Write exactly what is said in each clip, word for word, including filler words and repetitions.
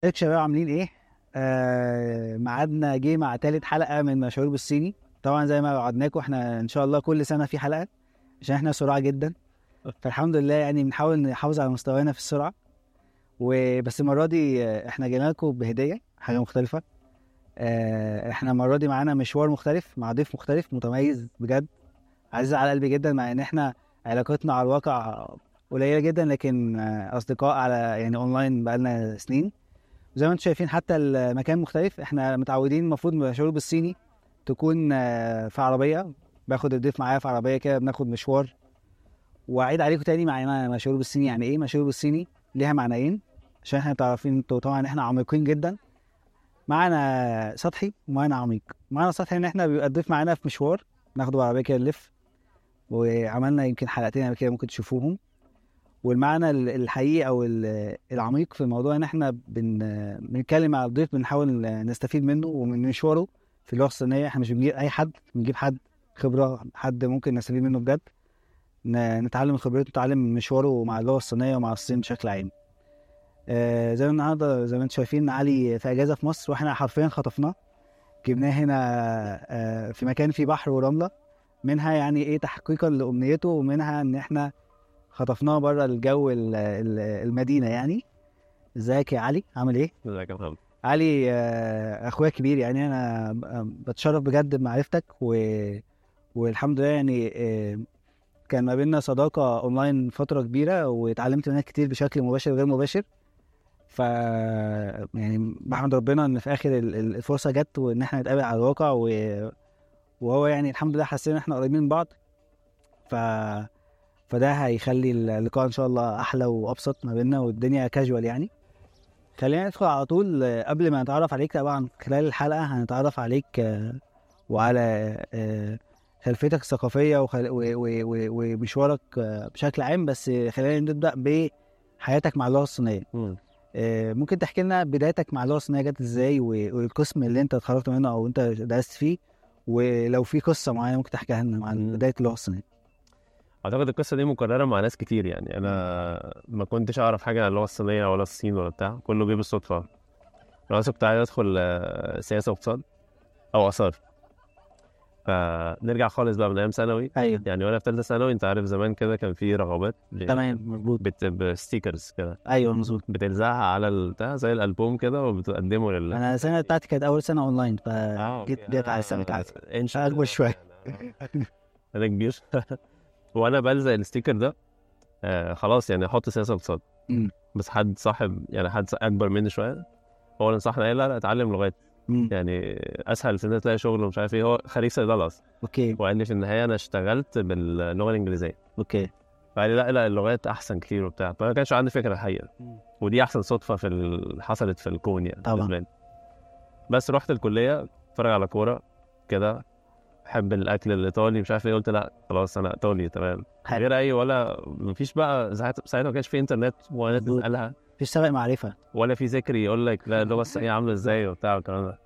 ازيك شباب عاملين ايه؟ آه ميعادنا جه مع تالت حلقة من مشهور بالصيني. طبعا زي ما وعدناكم احنا ان شاء الله كل سنة في حلقة، عشان احنا سرعة جدا. فالحمد لله يعني بنحاول نحافظ على مستوانا في السرعة. وبس المرة دي آه، احنا جينا لكم بهدية حاجة مختلفة. آه احنا المرة دي معانا مشوار مختلف مع ضيف مختلف متميز بجد، عزيز على قلبي جدا، مع ان احنا علاقتنا على الواقع قليلة جدا، لكن آه، اصدقاء على يعني اونلاين بقالنا سنين. زي ما انتم شايفين حتى المكان مختلف. احنا متعودين المفروض مشهور بالصيني تكون آه، في عربية، باخد الضيف معايا في عربية كده بناخد مشوار. واعيد عليكم تاني معنى مشهور بالصيني يعني ايه. مشهور بالصيني ليها معنيين، عشان احنا تعرفين انتوا طبعا احنا عميقين جدا. معنى سطحي ومعنى عميق. معنى سطحي ان احنا بيبقى الضيف معانا في مشوار، ناخده عربية كده نلف، وعملنا يمكن حلقتين قبل كده ممكن تشوفوهم. والمعنى ال- الحقيقي او ال- العميق في الموضوع ان احنا بن بنتكلم مع الضيف، بنحاول نستفيد منه ومن مشواره في اللغه الصينيه. احنا مش بنجيب اي حد، بنجيب حد خبره، حد ممكن نستفيد منه بجد، ن- نتعلم من خبرته، نتعلم من مشواره مع اللغه الصينيه ومع الصين بشكل عام. آه زي ما النهارده زي ما انتم شايفين علي في اجازه في مصر، واحنا حرفيا خطفناه جبناه هنا. آه في مكان فيه بحر ورمله، منها يعني ايه تحقيقا لامنيته، ومنها ان احنا خطفناه بره الجو ال- ال- المدينه يعني. ازيك يا علي، عامل ايه؟ ازيك يا محمد. علي آه، اخويا كبير يعني، انا ب- بتشرف بجد بمعرفتك و... والحمد لله يعني. آه، كان ما بيننا صداقه اونلاين فتره كبيره، واتعلمت منك كتير بشكل مباشر وغير مباشر. ف يعني بحمد ربنا ان في اخر ال- ال- الفرصه جت، وان احنا نتقابل على الواقع و... وهو يعني الحمد لله حسينا ان احنا قريبين من بعض. ف فده هيخلي اللقاء ان شاء الله احلى وابسط ما بيننا، والدنيا كاجوال يعني. خلينا ندخل على طول. آه، قبل ما نتعرف عليك طبعا خلال الحلقة هنتعرف عليك آه، وعلى آه، خلفيتك الثقافية وخل... و... و... و... ومشوارك آه، بشكل عام. بس آه، خلينا نبدأ بحياتك مع اللغة الصينية. مم. آه، ممكن تحكي لنا بدايتك مع اللغة الصينية جت ازاي، و... والقسم اللي انت اتخرجت منه او انت درست فيه، ولو في قصة معينة ممكن تحكيها لنا مع مم. بداية اللغة الصينية. اعتقد القصه دي مكرره مع ناس كتير، يعني انا ما كنتش اعرف حاجه عن اللغه الصينيه ولا الصين ولا بتاع، كله جه بالصدفه. انا اصلا كنت عايز ادخل آه، سياسه واقتصاد او اثار. فنرجع خالص بقى من ايام ثانوي. ايوه يعني وانا في ثالثه ثانوي، انت عارف زمان كده كان في رغبات ب- تمام مظبوط. بت... بستيكرز كده، ايوه مظبوط. بتلزقها على البتاع زي الالبوم كده وبتقدمه لل انا السنة بتاعتي كانت اول سنة اونلاين، اه فجيت اوكي. جيت على السنة بتاعتي انا انش اكبر شوية. انا انا كبير. وانا بلزق الستيكر ده، آه خلاص يعني احط سياسه واقتصاد. مم. بس حد صاحب يعني حد اكبر مني شويه، هو اللي نصحني، قال لا لا اتعلم لغات، مم. يعني اسهل في ان انت تلاقي شغل ومش عارف ايه. هو خريج صيدله اصلا، اوكي وقال لي في النهايه انا اشتغلت باللغه الانجليزيه. اوكي. فقال لي لا لا اللغات احسن كتير وبتاع، فما كانش عندي فكره الحقيقه. ودي احسن صدفه في ال... حصلت في الكون يعني طبعا. بالنسبه لي. بس رحت الكليه اتفرج على كوره كده، بحب الاكل الايطالي مش عارف ايه، قلت لا خلاص انا ايطالي تمام. حلو. غير اي ولا مفيش بقى ساعتها ساعتها ما كانش في انترنت ولا مظبوط. تسالها، مفيش سابق معرفة. ولا في ذكر يقول لك لا اللغه الصينيه عامله ازاي وبتاع والكلام ده.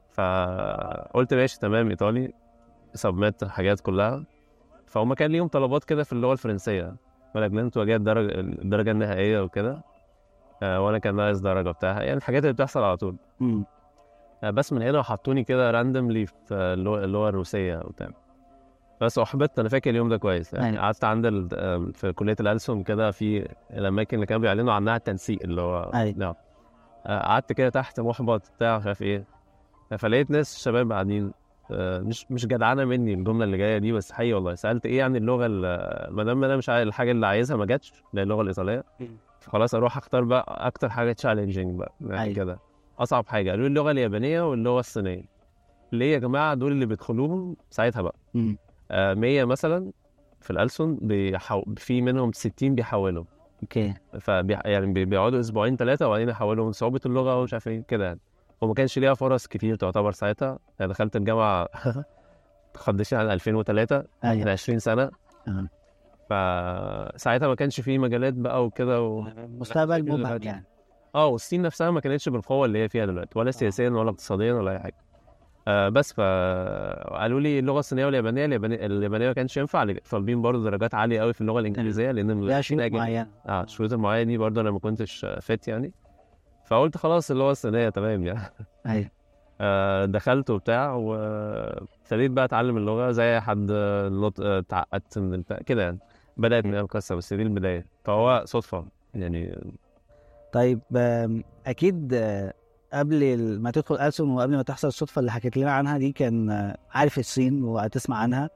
فقلت ماشي تمام ايطالي، سبميت الحاجات كلها. فهم كان ليهم طلبات كده في اللغه الفرنسيه، ولكن انتوا جايب الدرجه الدرجه النهائيه وكده. آه وانا كان ناقص درجه بتاعها، يعني الحاجات اللي بتحصل على طول. امم آه بس من هنا حطوني كده راندملي في اللغه اللغة الروسيه وبتاع. بس احبطت، انا فاكر اليوم ده كويس يعني. أيوة. قعدت عند ال... آه، في كليه الألسن كده، في الاماكن اللي كانوا بيعلنوا عنها التنسيق اللي هو ايوه نعم. آه، قعدت كده تحت محبط بتاع مش عارف ايه. فلقيت ناس شباب قاعدين، آه، مش مش جدعانه مني الجمله اللي جايه دي، بس حقيقي والله سالت ايه يعني اللغه ال- ما دام انا مش عايز الحاجه اللي عايزها ما جاتش اللي هي اللغه الايطاليه، فخلاص اروح اختار بقى اكتر حاجه تشالنجينج بقى يعني أيوة. كده. اصعب حاجه قالوا لي اللغه اليابانيه واللغه الصينيه. ليه يا جماعه؟ دول اللي بيدخلوهم ساعتها بقى امم آه، مية مثلا في الألسن بيحو... في منهم ستين بيحولوا. اوكي. فبي... يعني بي- بيقعدوا اسبوعين ثلاثه وبعدين يحولوا صعوبه اللغه ومش عارف ايه كده يعني. وما كانش ليها فرص كتير تعتبر ساعتها. انا دخلت الجامعه خدشين على ألفين وثلاثة، من ايوه عشرين سنه. آه. فساعتها ما كانش فيه مجالات بقى وكده و... مستقبل مبهم يعني. اه والصين نفسها ما كانتش بالقوه اللي هي فيها دلوقتي، ولا سياسيا ولا اقتصاديا ولا اي حاجه. آه بس فقالوا لي اللغه الصينيه واليابانيه. اليابانيه اليابانيه ما كانش ينفع، طالبين برضه درجات عاليه قوي في اللغه الانجليزيه لان ليها شروط أجل. معينة. اه الشروط المعينه دي برضه انا ما كنتش فات يعني. فقلت خلاص اللي هو الصينيه تمام يعني. ايوه آه، دخلت وبتاع وابتديت بقى اتعلم اللغه زي أي حد. آه، نط- آه، اتعقدت من البتاع كده يعني. بدات من القصه بس دي البدايه، فهو صدفه يعني. طيب آم، اكيد آه، قبل ال- ما تدخل ألسن وقبل ما تحصل الصدفه اللي حكيت لنا عنها دي، كان آه، عارف الصين وهتسمع عنها.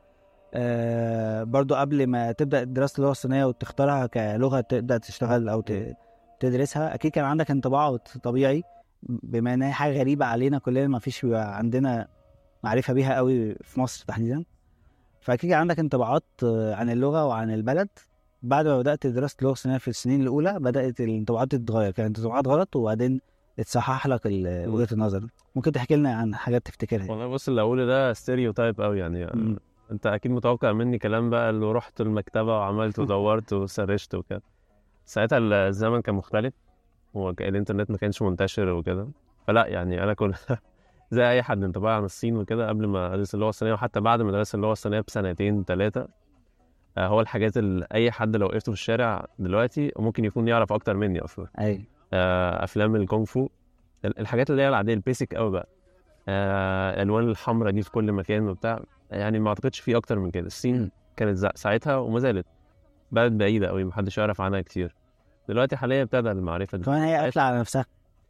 آه، برضو قبل ما تبدا دراسه اللغه الصينيه وتختارها كلغه تبدا تشتغل او ت- تدرسها، اكيد كان عندك انطباع طبيعي، بما ان هي حاجه غريبه علينا كلنا، ما فيش بيبقى عندنا معرفه بيها قوي في مصر تحديدا. فاكيد كان عندك انطباعات آه، عن اللغه وعن البلد. بعد ما بدات دراسه اللغه الصينيه في السنين الاولى، بدات الانطباعات تتغير، كانت انطباعات غلط وبعدين اتصحح لك ال- مم. وجهه النظر. ممكن تحكي لنا عن حاجات تفتكرها؟ والله بص، اللي اقوله ده ستيريو تايب قوي يعني. مم. انت اكيد متوقع مني كلام بقى اللي رحت المكتبه وعملت ودورت وسرشت وكده. ساعتها الزمن كان مختلف، والانترنت ما كانش منتشر وكده. فلا يعني انا كنت زي اي حد انطباع عن الصين وكده قبل ما ادرس اللغه الصينيه، وحتى بعد ما ادرس اللغه الصينيه بسنتين ثلاثه. هو الحاجات اللي اي حد لو وقفته في الشارع دلوقتي ممكن يكون يعرف اكتر مني اصلا. ايوه آه، افلام الكونغ فو، ال- الحاجات اللي هي العاديه البيسك قوي بقى. آه، الالوان الحمراء دي في كل مكان وبتاع. يعني ما اعتقدش في اكتر من كده. الصين كانت زع- ساعتها وما زالت بلد بعيده قوي، محدش يعرف عنها كتير. دلوقتي حاليا ابتدى المعرفه دي. كمان هي ساعت- قافله على نفسها.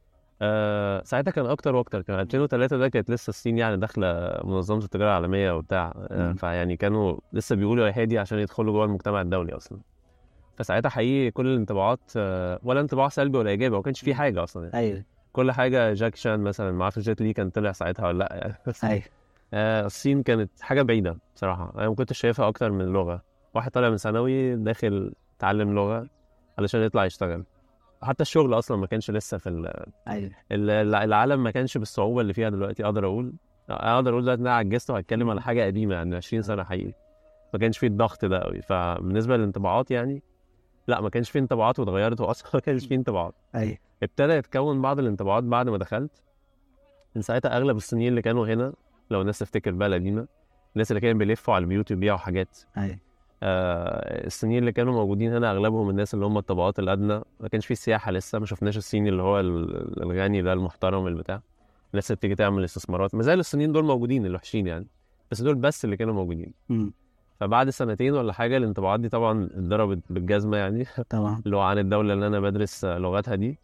آه، ساعتها كان اكتر واكتر. كان ألفين وثلاثة ده كانت لسه الصين يعني داخله منظمه التجاره العالميه وبتاع. آه، مم. فيعني كانوا لسه بيقولوا يا هادي عشان يدخلوا جوه المجتمع الدولي اصلا. فساعتها حقيقي كل الانطباعات، آه، ولا انطباع سلبي ولا ايجابي، ما كانش في حاجه اصلا يعني. ايوه كل حاجه جاك شان مثلا، ما اعرفش جيت لي كان طلع ساعتها ولا لا يعني. بس ايوه آه، الصين كانت حاجه بعيده بصراحه. انا ما كنتش شايفها اكتر من لغه. واحد طالع من ثانوي داخل يتعلم لغه علشان يطلع يشتغل. حتى الشغل اصلا ما كانش لسه في ال... ايوه ال- العالم ما كانش بالصعوبه اللي فيها دلوقتي. اقدر اقول اقدر اقول دلوقتي ان انا عجزت وهتكلم على حاجه قديمه يعني عشرين سنه حقيقي. ما كانش فيه الضغط ده قوي. فبالنسبه للانطباعات يعني، لا ما كانش فيه انطباعات واتغيرت، واصلا ما كانش فيه انطباعات. ايوه ابتدى يتكون بعض الانطباعات بعد ما دخلت. من ساعتها اغلب الصينيين اللي كانوا هنا، لو الناس تفتكر بقى القديمه، الناس اللي كانوا بيلفوا على البيوت يبيعوا حاجات. ايوه آه، الصينيين اللي كانوا موجودين هنا اغلبهم الناس اللي هم الطبقات الادنى. ما كانش فيه سياحه لسه، ما شفناش الصيني اللي هو ال- الغني ده المحترم البتاع. الناس اللي بتيجي تعمل استثمارات، ما زال الصينيين دول موجودين الوحشين يعني، بس دول بس اللي كانوا موجودين. مم. فبعد سنتين ولا حاجه الانطباعات دي طبعا اتضربت بالجزمه يعني. طبعا اللي هو عن الدوله اللي انا بدرس آه، لغتها دي.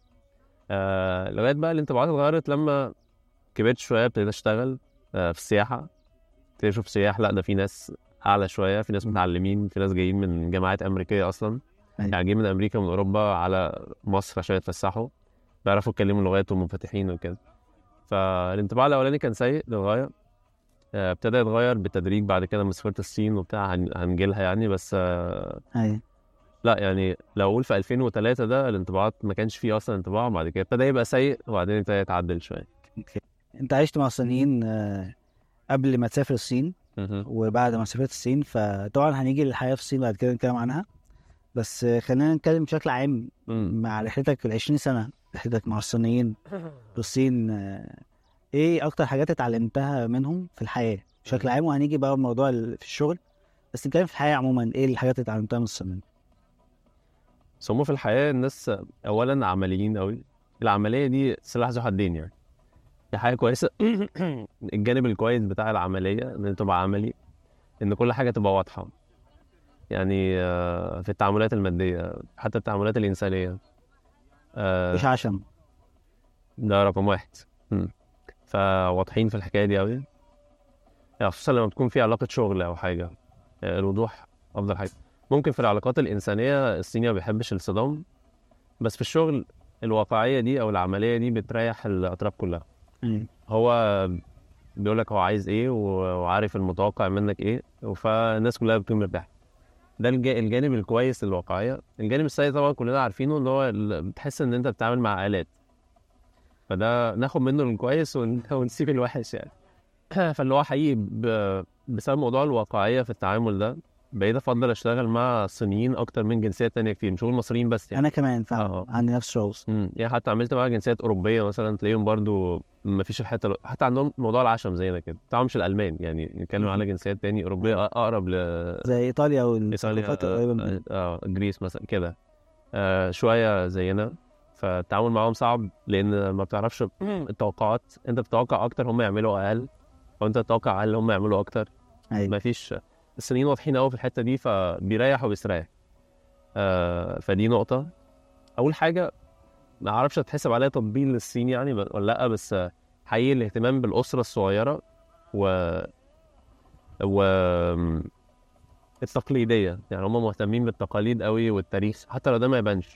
آه، لغايه بقى الانطباعات اتغيرت لما كبرت شويه، ابتديت اشتغل آه، في السياحه. ابتديت اشوف سياح، لا ده في ناس اعلى شويه، في ناس متعلمين، في ناس جايين من جامعات امريكيه اصلا. أيوة. يعني جايين من امريكا ومن اوروبا على مصر عشان يتفسحوا، بيعرفوا يتكلموا لغات ومنفتحين وكده. فالانطباع الاولاني كان سيء للغايه. آه، ابتدى يتغير بالتدريج بعد كده لما سافرت الصين وبتاع. هن- هنجيلها يعني. بس آه، ايوه لا يعني لو اقول في ألفين وثلاثة ده الانطباعات ما كانش فيه اصلا انطباع. بعد كده ابتدى يبقى سيء وبعدين ابتدى يتعدل شويه. أوكي. انت عشت مع الصينيين آه، قبل ما تسافر الصين مهم. وبعد ما سافرت الصين، فطبعا هنيجي للحياه في الصين بعد كده نتكلم عنها. بس آه، خلينا نتكلم بشكل عام مم. مع رحلتك ال عشرين سنه، رحلتك مع الصينيين في الصين. آه، ايه اكتر حاجات اتعلمتها منهم في الحياه بشكل عام؟ وهنيجي بقى الموضوع ال- في الشغل، بس نتكلم في الحياه عموما. ايه الحاجات اللي اتعلمتها من الصينيين؟ بس هم في الحياه الناس اولا عمليين قوي. العمليه دي سلاح ذو حدين يعني. دي حاجه كويسه. الجانب الكويس بتاع العمليه ان تبقى عملي، ان كل حاجه تبقى واضحه. يعني آه، في التعاملات الماديه، حتى التعاملات الانسانيه. آه، مش عشم. ده رقم واحد. مم. فواضحين في الحكايه دي قوي يعني، خصوصا لما تكون في علاقه شغل او حاجه. آه، الوضوح افضل حاجه. ممكن في العلاقات الانسانيه الصيني ما بيحبش الصدام، بس في الشغل الواقعيه دي او العمليه دي بتريح الاطراف كلها. أيوة. هو بيقول لك هو عايز ايه و- وعارف المتوقع منك ايه، فالناس كلها بتكون مرتاحه. ده الج- الجانب الكويس للواقعيه. الجانب السيء طبعا كلنا عارفينه، اللي هو ال- بتحس ان انت بتتعامل مع آلات. فده ناخد منه الكويس ون- ونسيب الوحش يعني. فاللي هو حقيقي ب- بسبب موضوع الواقعيه في التعامل ده بقيت افضل اشتغل مع صينيين اكتر من جنسيات تانية كتير، مش هقول مصريين بس يعني. انا كمان فعلا اه. عندي نفس الشعور. امم يعني حتى عملت مع جنسيات اوروبيه مثلا تلاقيهم برضو ما فيش الحته، حتى عندهم موضوع العشم زينا كده. طبعا مش الالمان يعني، نتكلم على جنسيات تاني اوروبيه اقرب ل زي ايطاليا ايطاليا، والثقافات القريبه من اه آه، جريس مثلا كده. آه شويه زينا. فالتعامل معاهم صعب لان ما بتعرفش التوقعات، انت بتتوقع اكتر هم يعملوا اقل، وانت تتوقع اقل هم يعملوا اكتر. ايوه ما فيش الصينيين واضحين قوي في الحته دي، فبيريح وبيستريح. آه فدي نقطه. اول حاجه ما اعرفش تحسب عليها تطبيل للصين يعني ولا لا، بس حقيقي الاهتمام بالاسره الصغيره و و التقليديه، يعني هم مهتمين بالتقاليد قوي والتاريخ حتى لو ده ما يبانش.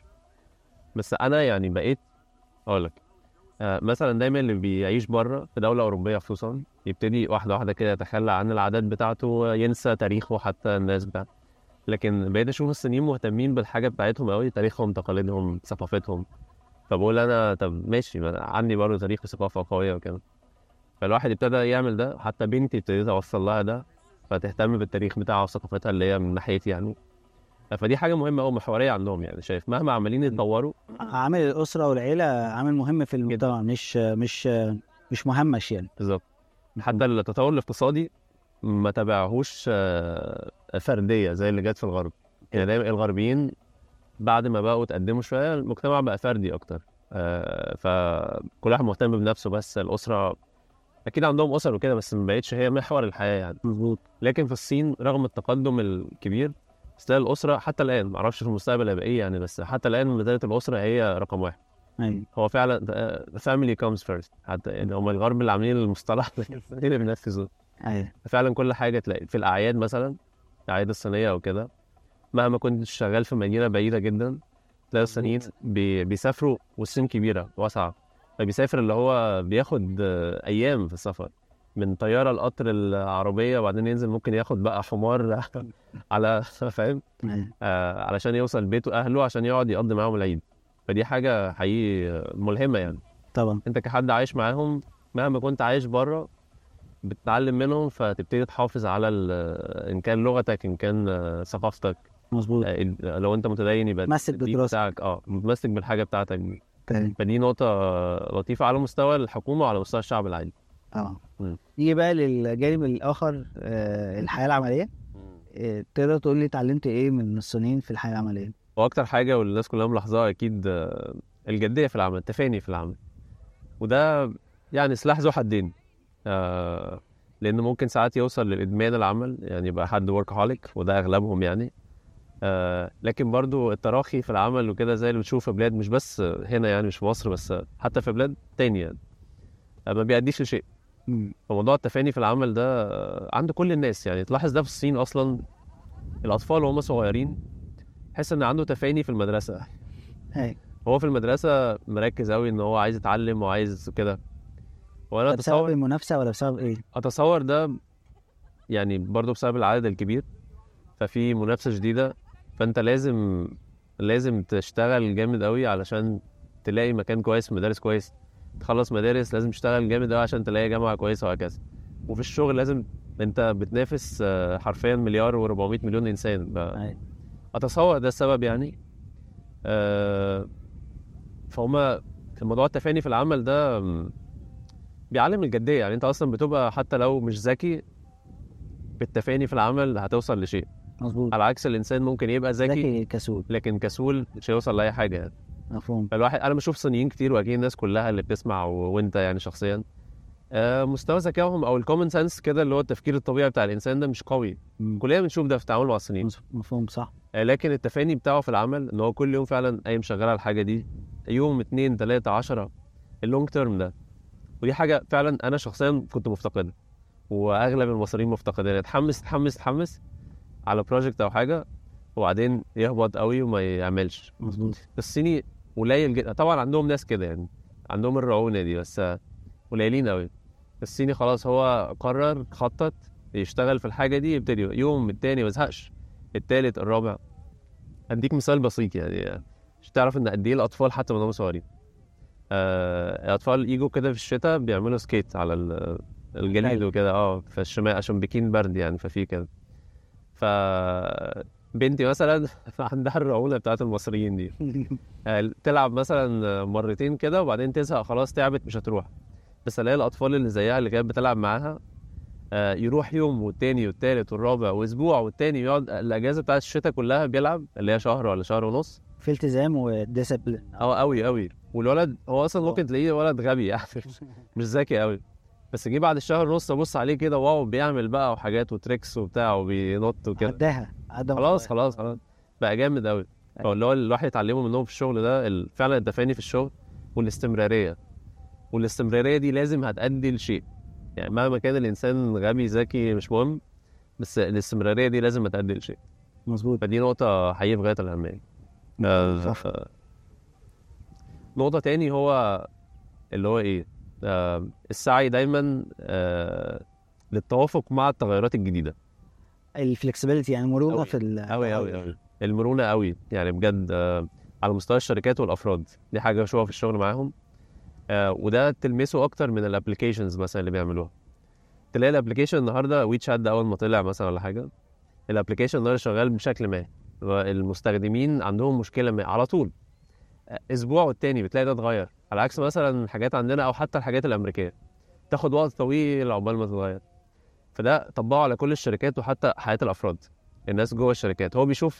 بس انا يعني بقيت اقول لك آه مثلا دايما اللي بيعيش بره في دوله اوروبيه خصوصا يبتدي واحده واحده كده يتخلى عن العادات بتاعته، ينسى تاريخه حتى الناس بتاعته. لكن بقيت اشوف الصينيين مهتمين بالحاجه بتاعتهم قوي، تاريخهم، تقاليدهم، ثقافتهم. فبقول انا طب ماشي، ما أنا عندي برضه تاريخ وثقافه قويه وكده. فالواحد ابتدى يعمل ده، حتى بنتي ابتديت اوصل لها ده، فتهتم بالتاريخ بتاعها وثقافتها اللي هي من ناحيتي يعني. فدي حاجه مهمه قوي محوريه عندهم، يعني شايف مهما عمالين يتطوروا. عامل الاسره والعيله عامل مهم في المجتمع، مش مش مش مهمش يعني. بالظبط. حتى التطور الاقتصادي ما تبعهوش آه، فرديه زي اللي جت في الغرب. يعني دايما الغربيين بعد ما بقوا تقدموا شويه المجتمع بقى فردي اكتر، آه، فكل واحد مهتم بنفسه، بس الاسره اكيد عندهم اسر وكده بس ما بقتش هي محور الحياه يعني. مظبوط. لكن في الصين رغم التقدم الكبير تلاقي الاسره حتى الان، ما اعرفش في المستقبل هيبقى ايه يعني، بس حتى الان ما زالت الاسره هي رقم واحد. ايوه هو فعلا the family comes first، حتى يعني هم الغرب اللي عاملين المصطلح ده اللي بينفذوه. ايوه فعلا كل حاجه تلاقي في الاعياد مثلا، الاعياد الصينيه او كده، مهما كنت شغال في مدينه بعيده جدا تلاقي الصينيين بي... بيسافروا، والصين كبيره واسعه، فبيسافر اللي هو بياخد آه، ايام في السفر من طياره القطر العربيه، وبعدين ينزل ممكن ياخد بقى حمار على فاهم ايوه آه علشان يوصل بيته اهله عشان يقعد يقضي معاهم العيد. فدي حاجه حقيقي ملهمه يعني. طبعا. انت كحد عايش معاهم مهما كنت عايش بره بتتعلم منهم، فتبتدي تحافظ على ال- ان كان لغتك، ان كان آه، ثقافتك. مظبوط. آه، ال- لو انت متدين يبقى متمسك الدين بدراستك. بتاعك اه متمسك بالحاجه بتاعتك دي. تمام. فدي نقطه آه، لطيفه على مستوى الحكومه وعلى مستوى الشعب العادي. اه مم. نيجي بقى للجانب الاخر، آه، الحياه العمليه. آه، تقدر تقول لي اتعلمت ايه من الصينيين في الحياه العمليه؟ واكتر حاجه والناس كلها ملاحظاها اكيد آه، الجديه في العمل، التفاني في العمل. وده يعني سلاح ذو حدين، آه لان ممكن ساعات يوصل للادمان العمل، يعني يبقى حد وركهوليك وده اغلبهم يعني. آه لكن برضو التراخي في العمل وكده زي اللي بتشوف في بلاد مش بس هنا يعني، مش في مصر بس، حتى في بلاد تانية يعني آه ما بيأديش لشيء. مم. فموضوع التفاني في العمل ده آه عند كل الناس يعني. تلاحظ ده في الصين اصلا، الاطفال وهم صغيرين تحس ان عنده تفاني في المدرسه. هاي هو في المدرسه مركز قوي ان هو عايز يتعلم وعايز كده. وانا ده بسبب اتصور المنافسه ولا بسبب ايه؟ اتصور ده يعني برضو بسبب العدد الكبير، ففي منافسه شديده، فانت لازم لازم تشتغل جامد قوي علشان تلاقي مكان كويس في مدارس كويس، تخلص مدارس لازم تشتغل جامد قوي عشان تلاقي جامعه كويسه وهكذا. وفي الشغل لازم انت بتنافس آه، حرفيا مليار واربعمية مليون انسان. ف- هاي. اتصور ده السبب يعني. آه، فهما في موضوع التفاني في العمل ده م، بيعلم الجديه. يعني انت اصلا بتبقى حتى لو مش ذكي بالتفاني في العمل هتوصل لشيء، مظبوط. على عكس الانسان ممكن يبقى ذكي ذكي كسول. لكن كسول مش هيوصل لاي حاجه يعني. مفهوم. فالواحد انا بشوف صينيين كتير، واكيد الناس كلها اللي بتسمع و... وانت يعني شخصيا آه، مستوى ذكائهم او الكومن سنس كده اللي هو التفكير الطبيعي بتاع الانسان ده مش قوي. مم. كلنا بنشوف ده في التعامل مع الصينيين. مفهوم صح. آه، لكن التفاني بتاعه في العمل ان هو كل يوم فعلا قايم شغال على الحاجه دي، يوم اتنين تلاته عشرة، اللونج تيرم ده. ودي حاجه فعلا انا شخصيا كنت مفتقدها، واغلب المصريين مفتقدين. يتحمس يتحمس يتحمس على بروجكت او حاجه وبعدين يهبط قوي وما يعملش. مظبوط. الصيني قليل جدا، طبعا عندهم ناس كده يعني، عندهم الرعونه دي، بس قليلين قوي. الصيني خلاص هو قرر، خطط، يشتغل في الحاجه دي، يبتدي يوم التاني ما يزهقش، التالت الرابع. اديك مثال بسيط يعني مش تعرف ان قد ايه الاطفال حتى من هم صغيرين. آه الاطفال يجوا كده في الشتاء بيعملوا سكيت على ال- الجليد أيوة. وكده، اه في الشمال عشان بيكين برد يعني، ففي كده. ف بنتي مثلا عندها الرعونه بتاعت المصريين دي، آه، تلعب مثلا مرتين كده وبعدين تزهق خلاص تعبت مش هتروح. بس الاقي الاطفال اللي زيها اللي كانت بتلعب معاها آه، يروح يوم والتاني والتالت والرابع واسبوع والتاني، يقعد الاجازه بتاعت الشتاء كلها بيلعب، اللي هي شهر ولا شهر ونص، في التزام وديسيبلين. اه قوي قوي. والولد هو اصلا ممكن تلاقيه ولد غبي يعني مش ذكي قوي، بس جه بعد الشهر ونص ابص عليه كده واو بيعمل بقى وحاجات وتريكس وبتاع وبينط وكده. عداها عدى خلاص خلاص خلاص بقى جامد قوي. فاللي هو الواحد يتعلمه منهم في الشغل ده ال- فعلا التفاني في الشغل والاستمراريه. والاستمراريه دي لازم هتأدي لشيء، يعني مهما كان الانسان غبي ذكي مش مهم، بس الاستمراريه دي لازم هتأدي لشيء. مظبوط. فدي نقطه حقيقيه في غايه الاهميه. آه، صح. آه، نقطه تاني هو اللي هو ايه، آه، السعي دايما آه، للتوافق مع التغيرات الجديده. الفلكسبيليتي يعني مرونه أوي. في ال قوي قوي قوي المرونه قوي يعني بجد، آه، على مستوى الشركات والافراد دي حاجه بشوفها في الشغل معاهم. آه، وده تلمسه اكتر من الابلكيشنز مثلا اللي بيعملوها. تلاقي الابلكيشن النهارده وي تشات ده اول ما طلع مثلا ولا حاجه، الابلكيشن النهارده شغال بشكل ما، المستخدمين عندهم مشكله ما على طول، آه، اسبوع والتاني بتلاقي ده اتغير. على عكس مثلا الحاجات عندنا او حتى الحاجات الامريكيه تاخد وقت طويل عقبال ما تتغير. فده طبقه على كل الشركات وحتى حياه الافراد، الناس جوه الشركات. هو بيشوف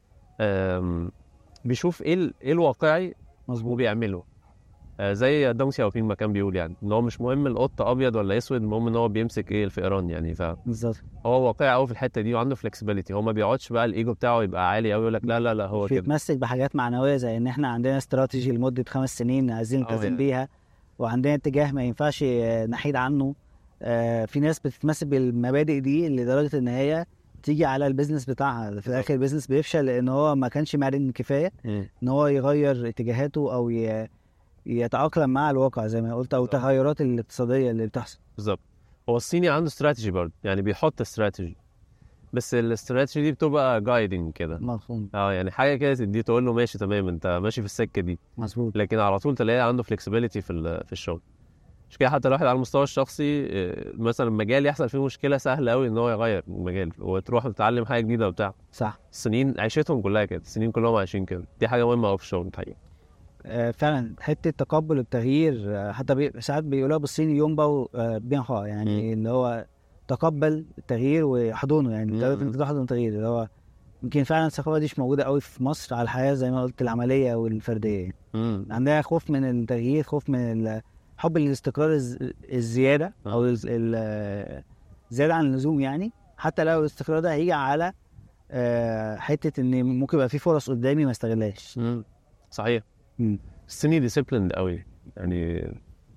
آم، بيشوف ايه ال- ايه الواقعي مظبوط. وبيعمله. آه، زي دونغ سياوبينج ما كان بيقول يعني ان هو مش مهم القط ابيض ولا اسود، المهم ان هو بيمسك ايه الفئران يعني. بالظبط. فهو واقعي قوي في الحته دي وعنده فلكسبيليتي. هو ما بيقعدش بقى الايجو بتاعه يبقى عالي قوي يقول لك لا لا لا هو كده. بيتمسك بحاجات معنويه زي ان احنا عندنا استراتيجي لمده خمس سنين عايزين اه نلتزم يعني. بيها، وعندنا اتجاه ما ينفعش آه، نحيد عنه. آه، في ناس بتتمسك بالمبادئ دي لدرجه ان هي تيجي على البيزنس بتاعها، في الاخر البيزنس بيفشل لان هو ما كانش مرن كفايه مم. ان هو يغير اتجاهاته او ي- يتأقلم مع الواقع زي ما قلت، او التغيرات الاقتصاديه اللي بتحصل. بالظبط. هو الصيني عنده استراتيجي برضه، يعني بيحط استراتيجي، بس الاستراتيجي دي بتبقى جايدنج كده. مفهوم. اه يعني حاجه كده تدي تقول له ماشي تمام انت ماشي في السكه دي، مظبوط. لكن على طول تلاقيه عنده فلكسبيليتي في ال- في الشغل. مش كده حتى الواحد على المستوى الشخصي، آه، مثلا مجال يحصل فيه مشكله سهل قوي ان هو يغير المجال وتروح تتعلم حاجه جديده وبتاع. صح. السنين عيشتهم كلها كده، السنين كلهم عايشين كده. دي حاجه مهمه قوي في الشغل الحقيقه. آه، فعلا حته تقبل التغيير. آه، حتى بي... ساعات بيقولوها بالصيني يونباو بينخوا، يعني اللي هو تقبل التغيير وحضنه، يعني مم. تعرف انت تحضن التغيير. اللي هو يمكن فعلا الثقافه دي مش موجوده قوي في مصر على الحياه زي ما قلت العمليه والفرديه يعني. امم عندنا خوف من التغيير، خوف من ال- حب الاستقرار الز... الزياده او ال... ال... زياده عن اللزوم يعني. حتى لو الاستقرار ده هيجي على آه، حته ان ممكن يبقى في فرص قدامي ما استغلهاش. امم صحيح. مم. الصيني ديسيبليند قوي يعني،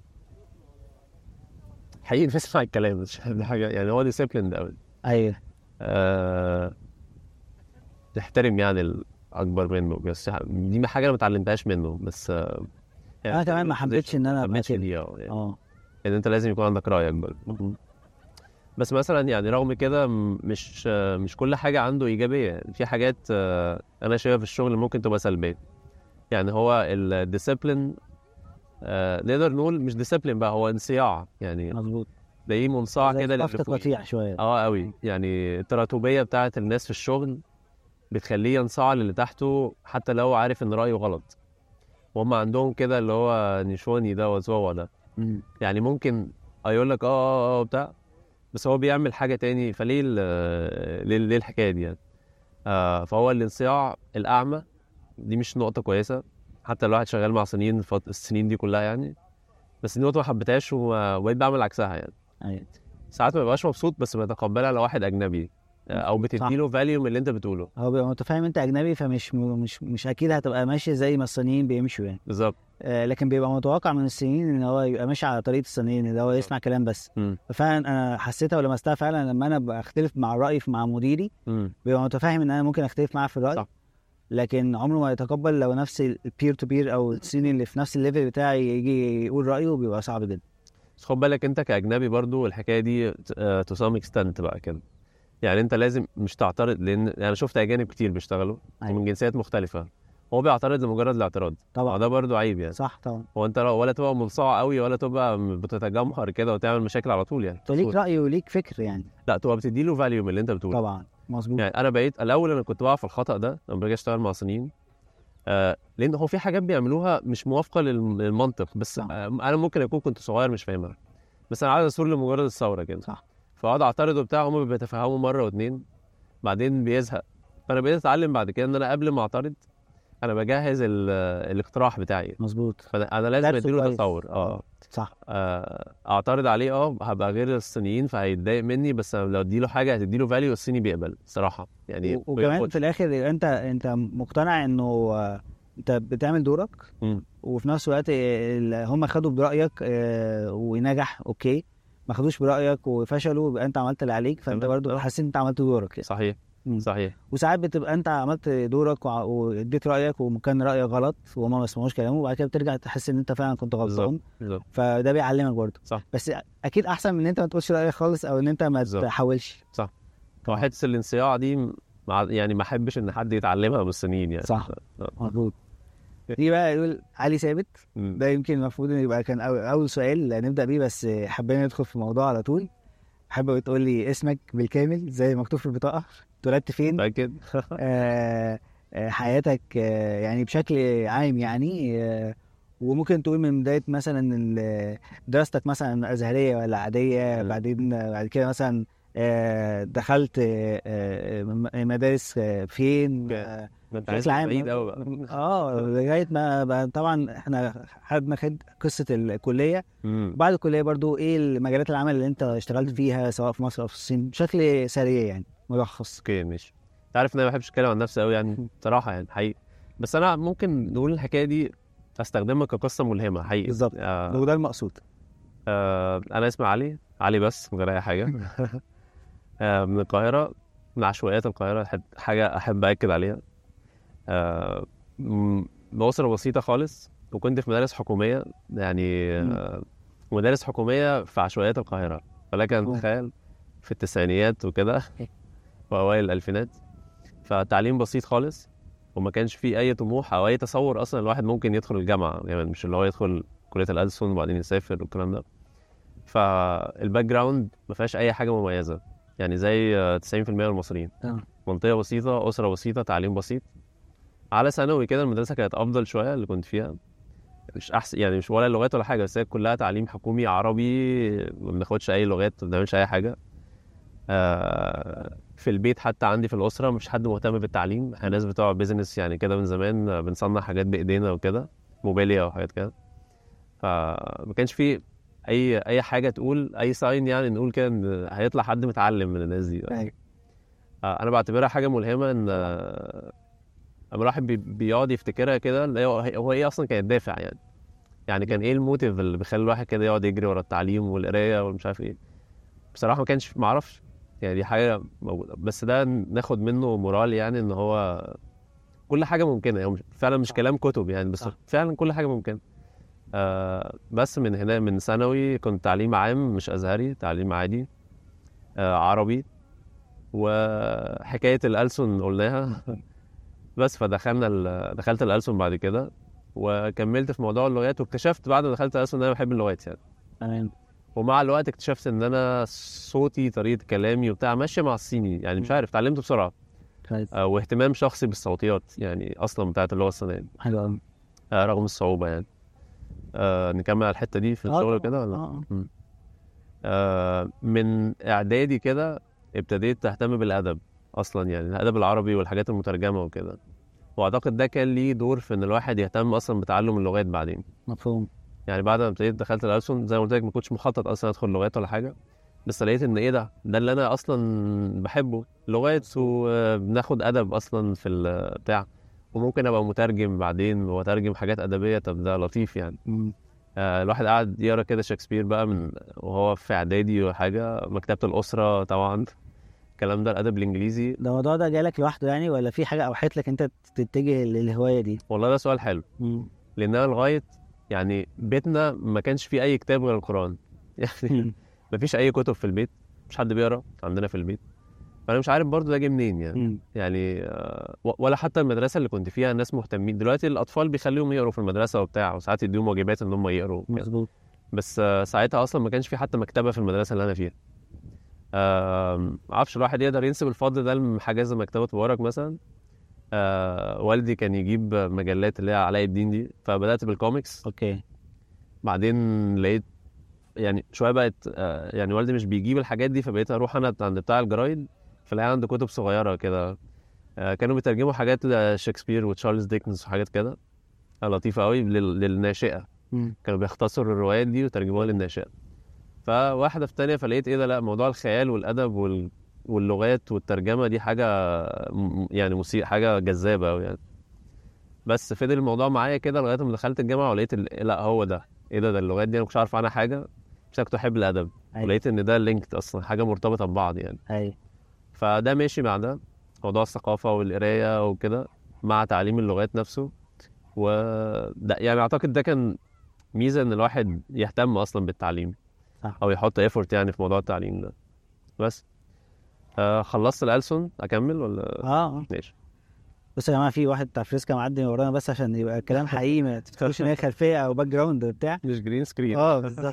حقيقي بسمع الكلام مش فاهم حاجه يعني. هو ديسيبليند قوي. ايوه. أه... تحترم يعني الاكبر منه، بس دي حاجه انا ما اتعلمتهاش منه. بس آه، يعني انا كمان ما حبيتش ان انا ما ابقى حبيتش كده. دي اه يعني. اه. ان انت لازم يكون عندك راي اكبر. بس مثلا يعني رغم كده م- مش آه، مش كل حاجه عنده ايجابيه يعني. في حاجات آه، انا شايفها في الشغل ممكن تبقى سلبيه. يعني هو الديسيبلين، نقدر نقول مش ديسيبلين بقى، هو انصياع يعني. مظبوط. تلاقيه منصاع زي كده للي ثقافة فوقيه. القطيع شويه. اه قوي يعني. التراتبيه بتاعه الناس في الشغل بتخليه ينصاع للي تحته حتى لو عارف ان رايه غلط. وهم عندهم كده اللي هو نيشوني ده وزواوا ده، مم. يعني ممكن يقول لك اه اه اه بتاع، بس هو بيعمل حاجه تاني. فليه ال- ليه ليه الحكايه دي يعني؟ آه فهو الانصياع الاعمى دي مش نقطه كويسه، حتى الواحد شغال مع صينيين الفت- السنين دي كلها يعني. بس دي نقطه ما حبيتهاش وما- وبقيت بعمل عكسها يعني. ايوه. ساعات ما ببقاش مبسوط بس بتقبلها لو واحد اجنبي، آه، او بتدي له فاليو من اللي انت بتقوله. هو بيبقى متفاهم انت اجنبي، فمش مش مش اكيد هتبقى ماشي زي ما الصينيين بيمشوا يعني. بالظبط. آه لكن بيبقى متوقع من الصينيين ان هو يبقى ماشي على طريقه الصينيين، اللي هو يسمع كلام بس. امم ففعلا انا حسيتها ولمستها فعلا لما انا بختلف مع الراي مع مديري، امم بيبقى متفاهم ان انا ممكن اختلف معاه في الراي. صح. لكن عمره ما يتقبل لو نفس البير تو بير او الصيني اللي في نفس الليفل بتاعي يجي يقول رايه، بيبقى صعب جدا. بس خد بالك انت كاجنبي برضو الحكايه دي تو سام اكستنت بقى كده. يعني انت لازم مش تعترض، لان انا شفت اجانب كتير بيشتغلوا أيوة. من جنسيات مختلفه، هو بيعترض لمجرد الاعتراض. طبعا. ده برضو عيب يعني. صح طبعا. هو انت لو- ولا تبقى منصاع قوي ولا تبقى بتتجمهر كده وتعمل مشاكل على طول يعني. انت ليك راي وليك فكر يعني. لا تبقى بتدي له فاليو من اللي انت بتقوله. طبعا. مظبوط. يعني انا بقيت الاول انا كنت بقع في الخطا ده لما باجي اشتغل مع صينيين، آه لان هو في حاجات بيعملوها مش موافقه للم- للمنطق، بس صح. آه انا ممكن اكون كنت صغير مش فاهمها، بس انا عايز اثور لمجرد الثوره كده. صح. فاقعد اعترض وبتاع، هم بيتفهموا مره واتنين بعدين بيزهق. فانا بقيت اتعلم بعد كده ان انا قبل ما اعترض انا بجهز ال- الاقتراح بتاعي، مظبوط. فانا لازم درسه اديله كويس. تصور. اه صح. آه، اعترض عليه اه هبقى غير الصينيين فهيتضايق مني، بس أنا لو اديله حاجه هتديله فاليو الصيني بيقبل صراحه يعني. و- وكمان في الاخر انت انت مقتنع انه آه، انت بتعمل دورك، مم. وفي نفس الوقت ال- هم خدوا برايك آه، ونجح اوكي، ما خدوش برايك وفشلوا، يبقى انت عملت اللي عليك، فانت تمام. برضو آه. حاسس ان انت عملت دورك يعني. صحيح مم. صحيح. وساعات بتبقى انت عملت دورك وع- واديت رايك وكان رايك غلط وهم ما سمعوش كلامه، وبعد كده بترجع تحس ان انت فعلا كنت غلطان، بالظبط بالظبط. فده بيعلمك برضو. صح بس اكيد احسن من ان انت ما تقولش رايك خالص، او ان انت ما بالظبط. تحاولش. صح. هو حته الانصياع دي مع يعني ما احبش ان حد يتعلمها من السنين يعني. صح. آه. مظبوط. دي بقى يقول علي ثابت، مم. ده يمكن المفروض ان يبقى كان أول, اول سؤال نبدا بيه، بس حبينا ندخل في الموضوع على طول. حابب تقول لي اسمك بالكامل زي مكتوب في البطاقه، اتولدت فين، متأكد؟ آه آه، حياتك آه يعني بشكل عام يعني، آه وممكن تقول من بدايه مثلا ال- دراستك مثلا ازهريه ولا عاديه، مم. بعدين آه، بعد كده مثلا آه دخلت آه آه، مدارس آه، فين، آه ما انت بشكل عايز عام. بعيد قوي بقى. اه لغايه ما بقى طبعا احنا خدنا خد قصه الكليه، مم. وبعد الكليه برضو ايه المجالات العمل اللي انت اشتغلت فيها سواء في مصر او في الصين، بشكل سريع يعني ملخص. اوكي ماشي. انت عارف ان انا ما بحبش اتكلم عن نفسي قوي يعني بصراحه يعني حقيقي، بس انا ممكن نقول الحكايه دي استخدمها كقصه ملهمه حقيقي. بالظبط. آه وده المقصود. آه انا اسمي علي، علي بس من غير اي حاجه. آه من القاهره، من عشوائيات القاهره، حد- حاجه احب اكد عليها. آه م- بأسرة بسيطه خالص، وكنت في مدارس حكوميه يعني. آه مدارس حكوميه في عشوائيات القاهره، ولكن مم. تخيل في التسعينيات وكده واوائل الالفينات، فتعليم بسيط خالص، وما كانش فيه اي طموح او اي تصور اصلا الواحد ممكن يدخل الجامعه يعني، مش اللي هو يدخل كليه الألسن وبعدين يسافر والكلام ده. فالباك جراوند ما فيهاش اي حاجه مميزه يعني، زي آه، تسعين في المية من المصريين. تمام. منطقه بسيطه، اسره بسيطه، تعليم بسيط. على ثانوي كده المدرسه كانت افضل شويه اللي كنت فيها، مش احسن يعني، مش ولا اللغات ولا حاجه، بس هي كلها تعليم حكومي عربي، ما بناخدش اي لغات، ما بنعملش اي حاجه. آه، في البيت حتى عندي في الأسرة مش حد مهتم بالتعليم، احنا ناس بتوع بيزنس يعني كده من زمان، آه، بنصنع حاجات بإيدينا وكده، موبيليا وحاجات كده. فما كانش في أي أي حاجة تقول أي ساين يعني نقول كده إن هيطلع حد متعلم من الناس دي. أيوة. آه، أنا بعتبرها حاجة ملهمة، إن آه، لما الواحد بي- بيقعد يفتكرها كده، اللي هو هو إيه أصلا كان الدافع يعني. يعني كان إيه الموتيف اللي بيخلي الواحد كده يقعد يجري ورا التعليم والقراية والمش عارف إيه. بصراحة ما كانش معرفش يعني، دي حاجة موجودة، بس ده ناخد منه مورال يعني، ان هو كل حاجة ممكنة يعني، فعلا مش صح. كلام كتب يعني، بس صح. فعلا كل حاجة ممكنة. آه بس من هنا من ثانوي كنت تعليم عام مش أزهري، تعليم عادي، آه عربي، وحكاية الألسن قلناها. بس فدخلنا ال... دخلت الألسن بعد كده، وكملت في موضوع اللغات، واكتشفت بعد ما دخلت الألسن ان انا بحب اللغات يعني. تمام. ومع الوقت اكتشفت ان انا صوتي، طريقه كلامي وبتاع ماشيه مع الصيني يعني، مش مم. عارف اتعلمت بسرعه. كويس. آه، واهتمام شخصي بالصوتيات يعني اصلا بتاعت اللغه الصينيه، حلو قوي. آه، رغم الصعوبه يعني. آه، نكمل على الحته دي في اه الشغل طبعا. كده ولا؟ اه مم. آه، من اعدادي كده ابتديت اهتم بالادب اصلا يعني، الادب العربي والحاجات المترجمه وكده، واعتقد ده كان ليه دور في ان الواحد يهتم اصلا بتعلم اللغات بعدين مفهوم. يعني. بعد ما ابتديت دخلت الألسن زي ما قلت لك، ما كنتش مخطط اصلا ادخل لغات ولا حاجه، بس لقيت ان ايه ده ده اللي انا اصلا بحبه، لغات، وبناخد ادب اصلا في البتاع، وممكن ابقى مترجم بعدين واترجم حاجات ادبيه، طب ده لطيف يعني. مم. آه الواحد قاعد يقرا كده شكسبير بقى من وهو في اعدادي وحاجه، مكتبه الاسره طبعا، الكلام ده، الادب الانجليزي. ده الموضوع ده جالك لوحده يعني، ولا في حاجه اوحت لك انت تتجه للهوايه دي؟ والله ده سؤال حلو، مم. لان انا لغايه يعني بيتنا ما كانش فيه اي كتاب غير القران. يعني ما فيش اي كتب في البيت، مش حد بيقرا عندنا في البيت، فانا مش عارف برضو ده جه منين يعني. مم. يعني آه، و- ولا حتى المدرسه اللي كنت فيها الناس مهتمين. دلوقتي الاطفال بيخليهم يقروا في المدرسه وبتاع، وساعات يديهم واجبات ان هم يقروا كده. مظبوط. بس آه، ساعتها اصلا ما كانش في حتى مكتبه في المدرسه اللي انا فيها. آه، ما اعرفش الواحد يقدر ينسب الفضل ده لحاجه زي مكتبه مبارك مثلا. آه، والدي كان يجيب مجلات اللي هي علاء الدين دي، فبدات بالكوميكس. اوكي. بعدين لقيت يعني شويه بقت آه، يعني والدي مش بيجيب الحاجات دي، فبقيت اروح انا عند بتاع الجرايد، فلاقي عنده كتب صغيره كده. آه، كانوا بيترجموا حاجات لشكسبير وتشارلز ديكنز وحاجات كده آه، لطيفه قوي لل... للناشئه. مم. كانوا بيختصروا الروايات دي وترجموها للناشئه. فواحده في تانية فلقيت ايه ده، لا موضوع الخيال والادب وال... واللغات والترجمه دي حاجه م- يعني موسيقى، حاجه جذابه قوي يعني. بس فضل الموضوع معايا كده لغايه ما دخلت الجامعه ولقيت ال... لا هو ده ايه ده، ده اللغات دي انا مش عارف عنها حاجه، بس انا كنت احب الادب. أيوة. ولقيت ان ده لينكد اصلا، حاجه مرتبطه ببعض يعني. ايوه فده ماشي مع ده، موضوع الثقافه والقرايه وكده مع تعليم اللغات نفسه. وده يعني اعتقد ده كان ميزه ان الواحد يهتم اصلا بالتعليم صح. او يحط ايفورت يعني في موضوع التعليم ده. بس آه خلصت الألسن اكمل ولا؟ اه اه ماشي. بص يا جماعه، في واحد بتاع فريسكا معدي ورانا بس عشان يبقى الكلام حقيقي، ما تفتكروش ان هي خلفيه او باك جراوند بتاع. مش جرين سكرين. اه بالظبط.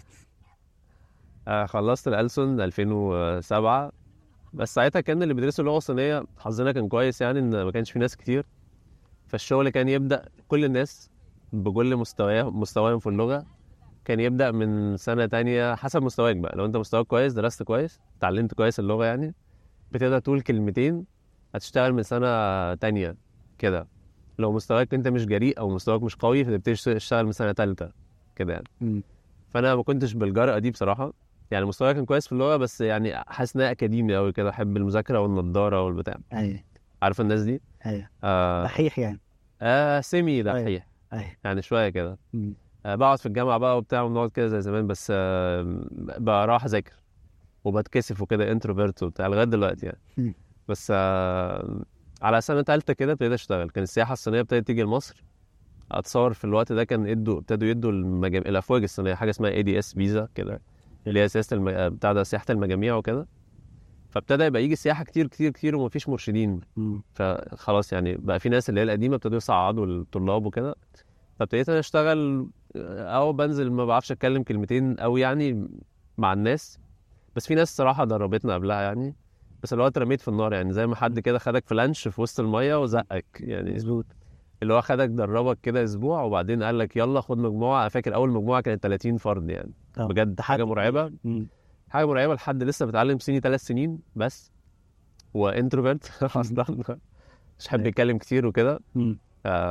آه خلصت الألسن ألفين وسبعة. بس ساعتها كان اللي بيدرسوا اللغه الصينيه حظنا كان كويس يعني ان ما كانش في ناس كتير. فالشغل كان يبدا كل الناس بكل مستواهم مستواهم في اللغه كان يبدا من سنه تانية حسب مستواك بقى. لو انت مستواك كويس، درست كويس، اتعلمت كويس اللغه يعني، بتقدر تقول كلمتين، هتشتغل من سنه تانية كده. لو مستواك انت مش جريء او مستواك مش قوي، فتبتدي تشتغل من سنه تالتة كده يعني. مم. فانا ما كنتش بالجرأة دي بصراحه. يعني مستواي كان كويس في اللغه، بس يعني حاسس انها اكاديمي قوي كده، احب المذاكره والنضاره والبتاع. ايوه عارف الناس دي؟ ايوه آه دحيح يعني. آه سيمي دحيح ايوه يعني شويه كده. مم. آه بقعد في الجامعه بقى وبتاع ونقعد كده زي زمان، بس آه بروح اذاكر وبتكسف وكده، انتروفيرت وبتاع لغايه دلوقتي يعني. مم. بس آه على سنه ثالثه كده ابتديت اشتغل. كان السياحه الصينيه ابتدت تيجي لمصر. اتصور في الوقت ده كان ادوا ابتدوا يدوا المجام... الافواج الصينيه حاجه اسمها اي دي اس فيزا كده، اللي هي سياسه الم... بتاع ده سياحه المجاميع وكده. فابتدى يبقى يجي سياحه كتير كتير كتير ومفيش مرشدين. مم. فخلاص يعني بقى في ناس اللي هي القديمه ابتدوا يصعدوا الطلاب وكده. فابتديت انا اشتغل او بنزل ما بعرفش اتكلم كلمتين او يعني مع الناس. بس في ناس صراحه دربتنا قبلها يعني. بس اللي هو اترميت في النار يعني، زي ما حد كده خدك في لانش في وسط الميه وزقك يعني. مظبوط. اللي هو خدك دربك كده اسبوع وبعدين قال لك يلا خد مجموعه. فاكر اول مجموعه كانت ثلاثين فرد يعني. طب بجد ده حاجه حد- مرعبه. مم. حاجه مرعبه لحد لسه بتعلم صيني ثلاث سنين بس، وانتروفيرت اصلا مش حابب أيوة. يتكلم كتير وكده. مم.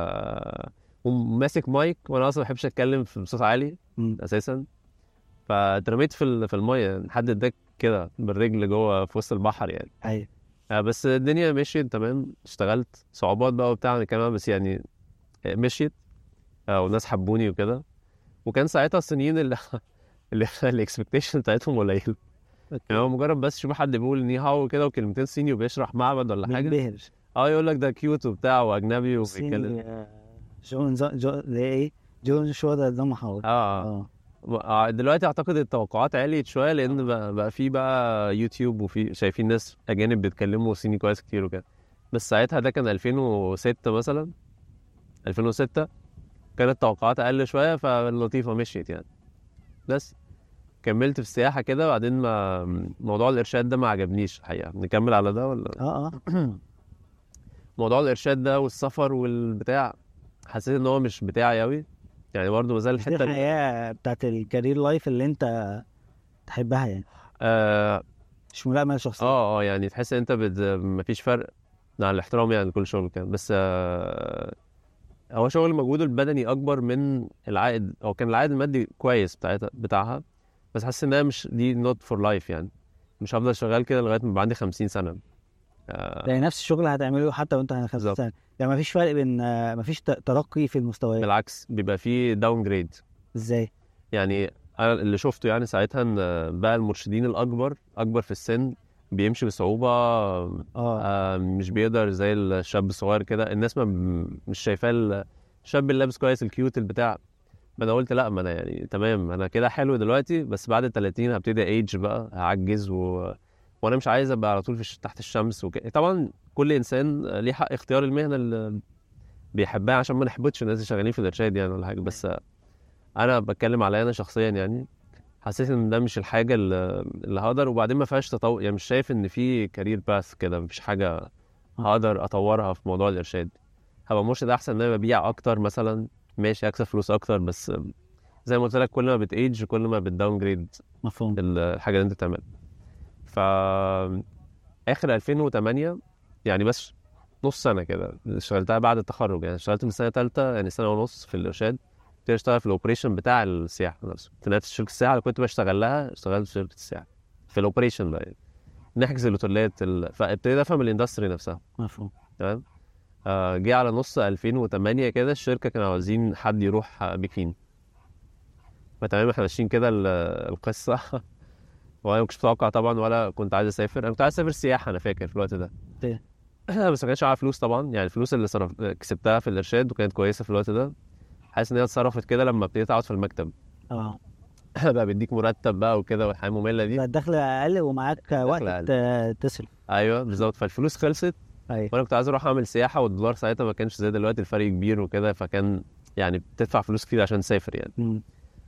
آه وماسك مايك وانا اصلا ما بحبش اتكلم في بصوت عالي مم. اساسا. فاترميت في ال- في الميه، حد اداك كده بالرجل جوه في وسط البحر يعني. ايوه آه بس الدنيا مشيت تمام. اشتغلت صعوبات بقى وبتاع كمان، بس يعني مشيت. آه والناس حبوني وكده. وكان ساعتها الصينيين اللي اللي الاكسبكتيشن بتاعتهم قليله. يعني هو مجرد بس يشوف حد بيقول ني هاو كده وكلمتين صيني وبيشرح معبد ولا حاجه، بينبهر. اه يقول لك ده كيوت وبتاع واجنبي وبيتكلم. الصيني آه، جون زو جو اللي هي ايه جون شو ده ده محاول. اه اه آه، دلوقتي اعتقد التوقعات عليت شويه، لان بقى, بقى في بقى يوتيوب وفي شايفين ناس اجانب بيتكلموا صيني كويس كتير وكده. بس ساعتها ده كان ألفين وستة مثلا. ألفين وستة كانت التوقعات اقل شويه، فاللطيفه مشيت يعني. بس كملت في السياحه كده. بعدين ما موضوع الارشاد ده ما عجبنيش الحقيقه. نكمل على ده ولا؟ اه اه موضوع الارشاد ده والسفر والبتاع حسيت ان هو مش بتاعي قوي يعني. برضه ما زال مش دي الحته اللي- الحياه بتاعت الكارير لايف اللي انت تحبها يعني، اه مش ملائمه شخصيه. اه آه، يعني تحس ان انت بت... مفيش فرق مع الاحترام يعني كل شغل كان. بس آه هو شغل مجهوده البدني اكبر من العائد. هو كان العائد المادي كويس بتاعتها بتاعها، بس حاسس انها مش دي نوت فور لايف يعني. مش هفضل شغال كده لغايه ما يبقى عندي خمسين سنه. آه يعني نفس الشغل هتعمله حتى وانت خمسين بالظبط. سنه، يعني مفيش فرق بين آه، مفيش ت- ترقي في المستويات. بالعكس بيبقى فيه داون جريد. ازاي؟ يعني انا اللي شفته يعني ساعتها ان بقى المرشدين الاكبر اكبر في السن بيمشي بصعوبه. اه آه مش بيقدر زي الشاب الصغير كده. الناس ما مش شايفاه الشاب اللي لابس كويس الكيوت البتاع. ما انا قلت لا، ما انا يعني تمام انا كده حلو دلوقتي، بس بعد ال ثلاثين هبتدي ايج بقى هعجز و... وانا مش عايز ابقى على طول في الش... تحت الشمس وك... طبعا كل انسان ليه حق اختيار المهنه اللي بيحبها، عشان ما نحبطش الناس اللي شغالين في الارشاد يعني ولا حاجه. بس انا بتكلم عليا انا شخصيا يعني. حسيت ان ده مش الحاجه اللي, اللي هقدر. وبعدين ما فيهاش تطور يعني. مش شايف ان في كارير باث كده. مفيش حاجه هقدر اطورها في موضوع الارشاد. هبقى مرشد احسن ان انا ببيع اكتر مثلا، ماشي اكسب فلوس اكتر، بس زي ما قلت لك كل ما بتايج كل ما بتداون جريد مفهوم. الحاجه اللي انت بتعملها. ف اخر ألفين وثمانية يعني، بس نص سنه كده اشتغلتها بعد التخرج يعني. اشتغلت من سنه ثالثه يعني سنه ونص في الارشاد، كنت اشتغل في الاوبريشن بتاع السياحه نفسه. في نفس شركه السياحه اللي كنت بشتغل لها اشتغلت في شركه السياحه في الاوبريشن بقى يعني. نحجز الاوتيلات ال... فابتديت افهم الاندستري نفسها. مفهوم. تمام. آه جه على نص ألفين وثمانية كده الشركه كانوا عاوزين حد يروح بكين. فتمام احنا ماشيين كده القصه وانا ما كنتش متوقع طبعا ولا كنت عايز اسافر. انا كنت عايز اسافر سياحه انا فاكر في الوقت ده بس ما كانش معايا فلوس طبعا يعني. الفلوس اللي صرف كسبتها في الارشاد وكانت كويسه في الوقت ده، حاسس ان هي اتصرفت كده لما ابتديت اقعد في المكتب. اه بقى بيديك مرتب بقى وكده والحياه ممله دي، الدخل اقل ومعاك وقت أقل. تصرف. ايوه بالظبط. فالفلوس خلصت. ايوه وانا كنت عايز اروح اعمل سياحه والدولار ساعتها ما كانش زي دلوقتي الفرق كبير وكده، فكان يعني بتدفع فلوس كتير عشان تسافر يعني. م.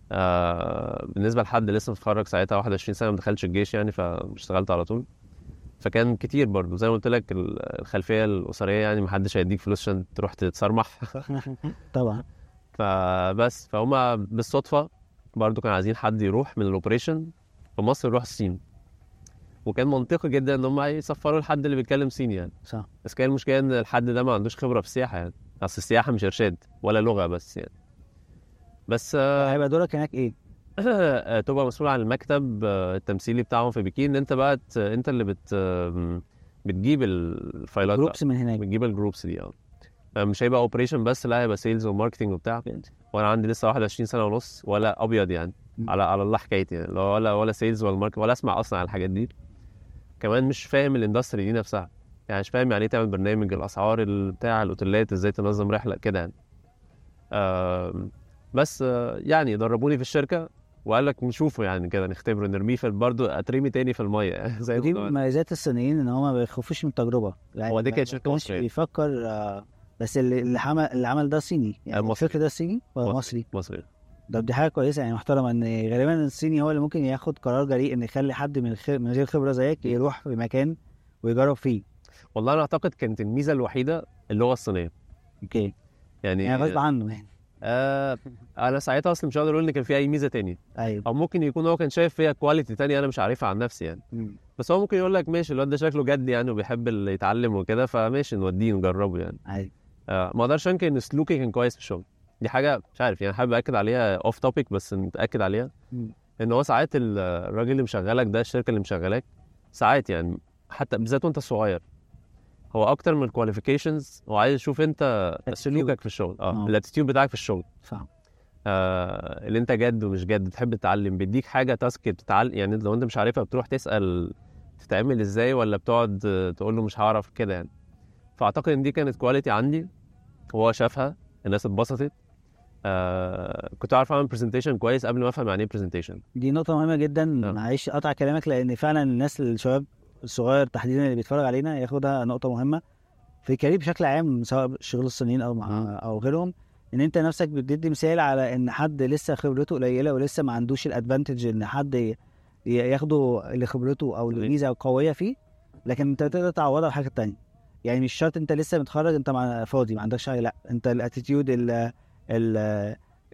آه بالنسبه لحد لسه متخرج ساعتها واحد وعشرين سنه ما دخلش الجيش يعني، فاشتغلت على طول. فكان كتير برضو زي ما قلت لك الخلفيه الاسريه يعني، ما حدش هيديك فلوس عشان تروح تتصرمح طبعا. فبس فهم بالصدفه برضو كانوا عايزين حد يروح من الاوبريشن في مصر يروح الصين، وكان منطقي جدا ان هم يسفروا الحد اللي بيتكلم صيني يعني. صح. بس كان المشكله ان الحد ده ما عندوش خبره في السياحه يعني، اصل السياحه مش ارشاد ولا لغه بس يعني. بس هيبقى دورك هناك ايه؟ تبقى مسؤول عن المكتب التمثيلي بتاعهم في بكين. انت بقى انت اللي بت بتجيب الفايلات جروبس من هناك، بتجيب الجروبس دي اه. مش هيبقى اوبريشن بس، لا هيبقى سيلز وماركتنج وبتاع. وانا عندي لسه واحد وعشرين سنه ونص ولا ابيض يعني م. على على الله حكايتي يعني، ولا ولا سيلز ولا ماركت ولا اسمع اصلا على الحاجات دي. كمان مش فاهم الاندستري دي نفسها يعني، مش فاهم يعني ايه تعمل برنامج الاسعار بتاع الاوتيلات، ازاي تنظم رحله كده يعني. آه بس آه يعني دربوني في الشركه وقال لك نشوفه يعني كده نختبره نرميه في برضه اترمي تاني في الميه يعني زي دي مميزات الصينيين ان هم ما بيخافوش من التجربه يعني. هو دي كانت شركه مصريه بيفكر آه بس اللي اللي عمل اللي عمل ده صيني يعني. الفكر ده صيني ولا مصري؟ مصري. ده دي حاجه كويسه يعني محترمه، ان غالبا الصيني هو اللي ممكن ياخد قرار جريء ان يخلي حد من الخير من غير خبره زيك يروح في مكان ويجرب فيه. والله انا اعتقد كانت الميزه الوحيده اللغه الصينيه. اوكي يعني يعني غصب عنه يعني. آه انا ساعتها اصلا مش هقدر اقول ان كان في اي ميزه تانية. ايوه. او ممكن يكون هو كان شايف فيها كواليتي تانية انا مش عارفها عن نفسي يعني. م. بس هو ممكن يقول لك ماشي الواد ده شكله جد يعني وبيحب اللي يتعلم وكده، فماشي نوديه نجربه يعني. ايوه. آه ما اقدرش انكر ان سلوكي كان كويس في الشغل. دي حاجه مش عارف يعني حابب اكد عليها اوف توبيك بس نتاكد عليها. م. ان هو ساعات الراجل اللي مشغلك ده الشركه اللي مشغلاك ساعات يعني حتى بالذات وانت صغير هو اكتر من الكواليفيكيشنز، هو عايز يشوف انت سلوكك في الشغل اه الاتيتيود بتاعك في الشغل. صح. آه اللي انت جد ومش جد، بتحب تتعلم، بيديك حاجه تاسك بتتعلم يعني. لو انت مش عارفها بتروح تسال تتعمل ازاي ولا بتقعد تقول له مش هعرف كده يعني. فاعتقد ان دي كانت كواليتي عندي وهو شافها، الناس اتبسطت. آه كنت عارف اعمل برزنتيشن كويس قبل ما افهم يعني ايه برزنتيشن. دي نقطه مهمه جدا. معلش قطع كلامك، لان فعلا الناس الشباب الصغير تحديدا اللي بيتفرج علينا ياخدها نقطه مهمه في الكارير بشكل عام، سواء شغل الصينيين او مع او غيرهم. ان انت نفسك بتدي مثال على ان حد لسه خبرته قليله ولسه ما عندوش الادفانتج ان حد ياخده اللي خبرته او الميزه القويه فيه، لكن انت تقدر تعوضها بحاجه تانية. يعني مش شرط انت لسه متخرج انت مع فاضي ما عندكش حاجه، لا انت الاتيتيود ال ال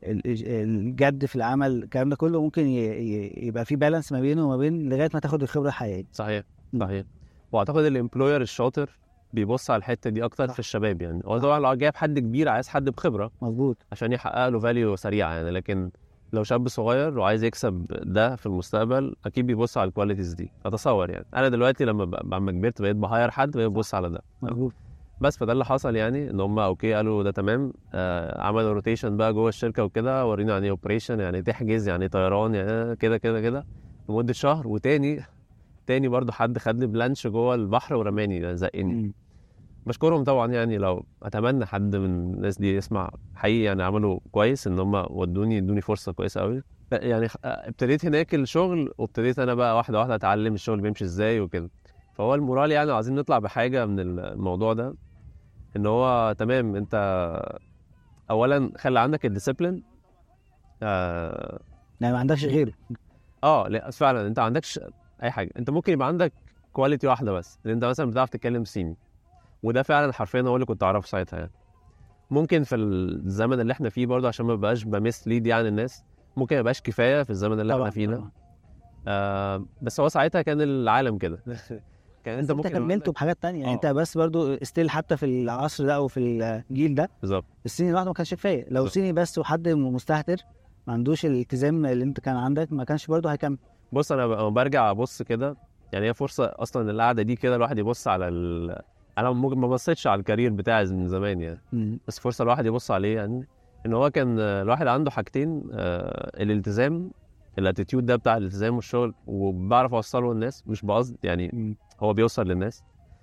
الجد في العمل الكلام ده كله ممكن يبقى في بالانس ما بينه وما بين لغايه ما تاخد الخبره الحقيقيه. صحيح صحيح. واعتقد الامبلوير الشاطر بيبص على الحته دي اكتر. صح. في الشباب يعني هو طبعا لو جايب حد كبير عايز حد بخبره مظبوط عشان عشان يحقق له فاليو سريعه يعني. لكن لو شاب صغير وعايز يكسب ده في المستقبل اكيد بيبص على الكواليتيز دي. اتصور يعني انا دلوقتي لما لما كبرت بقيت بهاير حد بقيت ببص على ده. مظبوط. بس فده اللي حصل يعني ان هم اوكي قالوا ده تمام. آه عملوا روتيشن بقى جوه الشركه وكده، ورينا يعني اوبريشن يعني تحجز يعني طيران يعني كده كده كده لمده شهر. وتاني تاني برضو حد خد لي بلانش جوه البحر ورماني يعني زقني. بشكرهم طبعا يعني. لو اتمنى حد من الناس دي يسمع حقيقي يعني عملوا كويس ان هم ودوني ادوني فرصه كويسه قوي يعني. ابتديت هناك الشغل وابتديت انا بقى واحده واحده اتعلم الشغل بيمشي ازاي وكده. فهو المورال يعني عايزين نطلع بحاجه من الموضوع ده ان هو تمام. انت اولا خلي عندك الديسيبلين. آه يعني ما عندكش غيره. اه لا فعلا انت ما عندكش اي حاجه. انت ممكن يبقى عندك كواليتي واحده بس ان انت مثلا بتعرف تتكلم صيني، وده فعلا حرفيا هو اللي كنت اعرفه ساعتها يعني. ممكن في الزمن اللي احنا فيه برضه عشان ما بقاش بمس ليد يعني الناس، ممكن ما يبقاش كفايه في الزمن اللي طبعًا احنا فيه ده. طبعًا. آه بس هو ساعتها كان العالم كده كان انت ممكن كملته بحاجات تانية يعني. انت بس برضو ستيل حتى في العصر ده او في الجيل ده بالظبط الصيني لوحده ما كانش كفايه. لو بالزبط. صيني بس وحد مستهتر ما عندوش الالتزام اللي انت كان عندك ما كانش برضو هيكمل. بص انا برجع ابص كده يعني، هي فرصه اصلا القعده دي كده الواحد يبص على ال... انا ما بصيتش على الكارير بتاعي من زمان يعني م. بس فرصه الواحد يبص عليه يعني، ان هو كان الواحد عنده حاجتين، آه الالتزام، الاتيتيود ده بتاع الالتزام والشغل، وبعرف اوصله للناس مش بقصد يعني م. هو بيوصل للناس،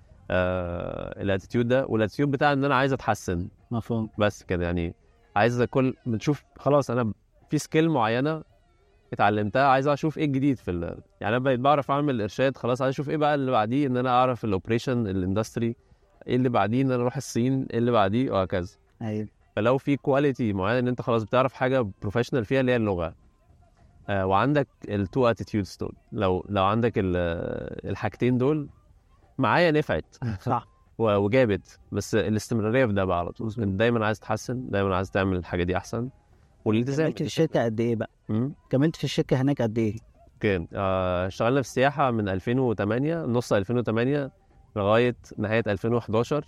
آه الاتيتيود ده، والاتيتيود بتاع ان انا عايز اتحسن مفهوم بس كده يعني. عايز كل بنشوف خلاص انا في سكيل معينه اتعلمتها، عايز اشوف ايه الجديد في ال... يعني انا بقيت بعرف اعمل ارشاد خلاص، عايز اشوف ايه بقى اللي بعديه، ان انا اعرف الاوبريشن الاندستري، ايه اللي بعديه ان انا اروح الصين، ايه اللي بعديه وهكذا. ايوه فلو في كواليتي معينه ان انت خلاص بتعرف حاجه بروفيشنال فيها اللي هي اللغه، آه وعندك التو اتيتيودز دول، لو لو عندك الحاجتين دول معايا نفعت صح وجابت، بس الاستمراريه في ده بقى على طول، دايما عايز تحسن، دايما عايز تعمل الحاجه دي احسن. والالتزام. كملت في الشركه قد ايه بقى؟ م? كملت في الشركه هناك قد ايه؟ اوكي آه اشتغلنا في السياحه من ألفين وثمانية، نص ألفين وثمانية لغايه نهايه ألفين وحداشر،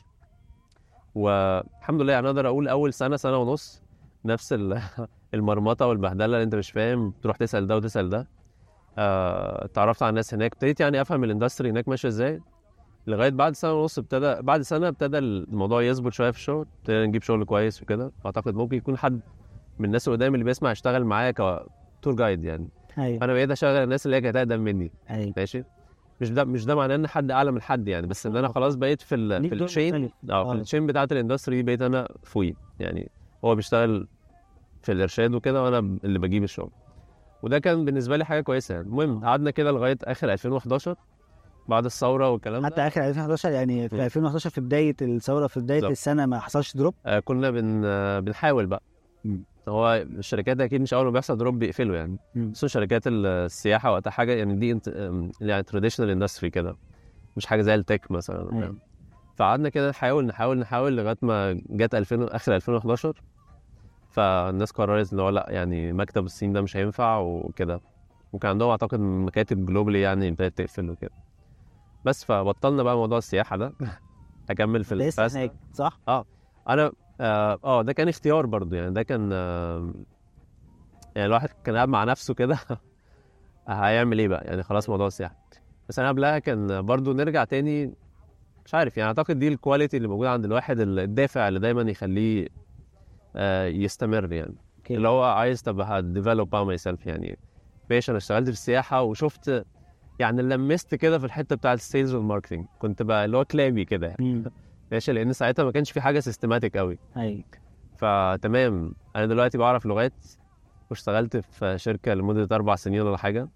والحمد لله يعني اقدر اقول اول سنه سنه ونص نفس المرمطه والبهدله اللي انت مش فاهم، تروح تسال ده وتسال ده. آه اتعرفت على الناس هناك، ابتديت يعني افهم الاندستري هناك ماشيه ازاي، لغايه بعد سنه ونص ابتدى بعد سنه ابتدى الموضوع يظبط شويه في الشغل، ابتدينا نجيب شغل كويس وكده. اعتقد ممكن يكون حد من الناس اللي قدام اللي بيسمع يشتغل معايا كتور جايد يعني. أيوة. فانا بقيت اشغل الناس اللي هي كانت اقدم مني. أيوة. ماشي، مش ده مش ده معناه ان حد اعلى من حد يعني، بس ان انا خلاص بقيت في ال في التشين اه في التشين بتاعه الاندستري، بقيت انا فوقيه يعني. هو بيشتغل في الارشاد وكده وانا اللي بجيب الشغل، وده كان بالنسبه لي حاجه كويسه يعني. المهم قعدنا كده لغايه اخر ألفين وحداشر بعد الثوره والكلام ده. حتى اخر ألفين وحداشر يعني في ألفين وحداشر في بدايه الثوره في بدايه بالزبط. السنه ما حصلش دروب. آه كنا بن آه بنحاول بقى. م. هو الشركات اكيد مش اول ما بيحصل دروب بيقفلوا يعني، بس شركات السياحه وقتها حاجه يعني دي انت يعني تراديشنال اندستري كده، مش حاجه زي التك مثلا. فقعدنا كده نحاول نحاول نحاول لغايه ما جت ألفين اخر ألفين وحداشر، فالناس قررت ان هو لا يعني مكتب الصين ده مش هينفع وكده، وكان عندهم اعتقد مكاتب جلوبالي يعني ابتدت تقفل وكده، بس فبطلنا بقى موضوع السياحه ده. اكمل في الفاست صح. اه انا اه, آه ده كان اختيار برضو يعني، ده كان آه يعني الواحد كان قاعد مع نفسه كده هيعمل ايه بقى يعني، خلاص موضوع السياحه. بس انا قبلها كان برضو نرجع تاني، مش عارف يعني، اعتقد دي الكواليتي اللي موجوده عند الواحد، الدافع اللي دايما يخليه آه يستمر يعني. okay. اللي هو عايز تبقى ديفلوب باي ماي سيلف يعني. ماشي انا اشتغلت في السياحه وشفت يعني، لمست كده في الحته بتاعه السيلز والماركتنج، كنت بقى اللي هو كلابي كده يعني. ماشي، لان ساعتها ما كانش في حاجه سيستماتيك قوي. ايوه فتمام. انا دلوقتي بعرف لغات، واشتغلت في شركه لمده اربع سنين ولا حاجه.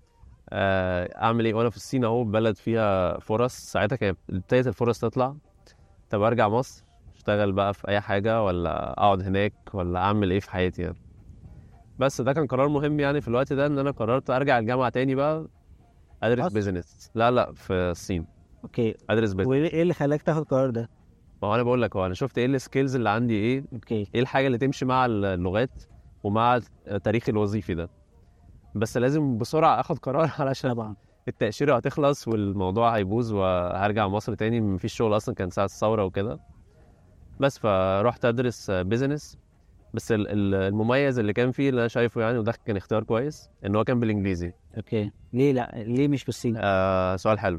اعمل ايه وانا في الصين اهو، بلد فيها فرص، ساعتها كانت ابتدت الفرص تطلع. طب ارجع مصر اشتغل بقى في اي حاجه، ولا اقعد هناك، ولا اعمل ايه في حياتي يعني. بس ده كان قرار مهم يعني في الوقت ده، ان انا قررت ارجع الجامعه تاني بقى ادرس بيزنس. لا لا في الصين. اوكي ادرس بيزنس. وايه اللي خلاك تاخد القرار ده؟ ما هو انا بقول لك، هو انا شفت ايه السكيلز اللي عندي، ايه اوكي ايه الحاجه اللي تمشي مع اللغات ومع التاريخ الوظيفي ده، بس لازم بسرعه اخد قرار علشان طبعا التاشيره هتخلص والموضوع هيبوظ وهرجع مصر تاني، مفيش شغل اصلا، كان ساعه الثوره وكده. بس فروحت ادرس بيزنس. بس المميز اللي كان فيه اللي انا شايفه يعني، وده كان اختيار كويس، ان هو كان بالانجليزي. اوكي ليه لا ليه مش بالصيني؟ آه سؤال حلو.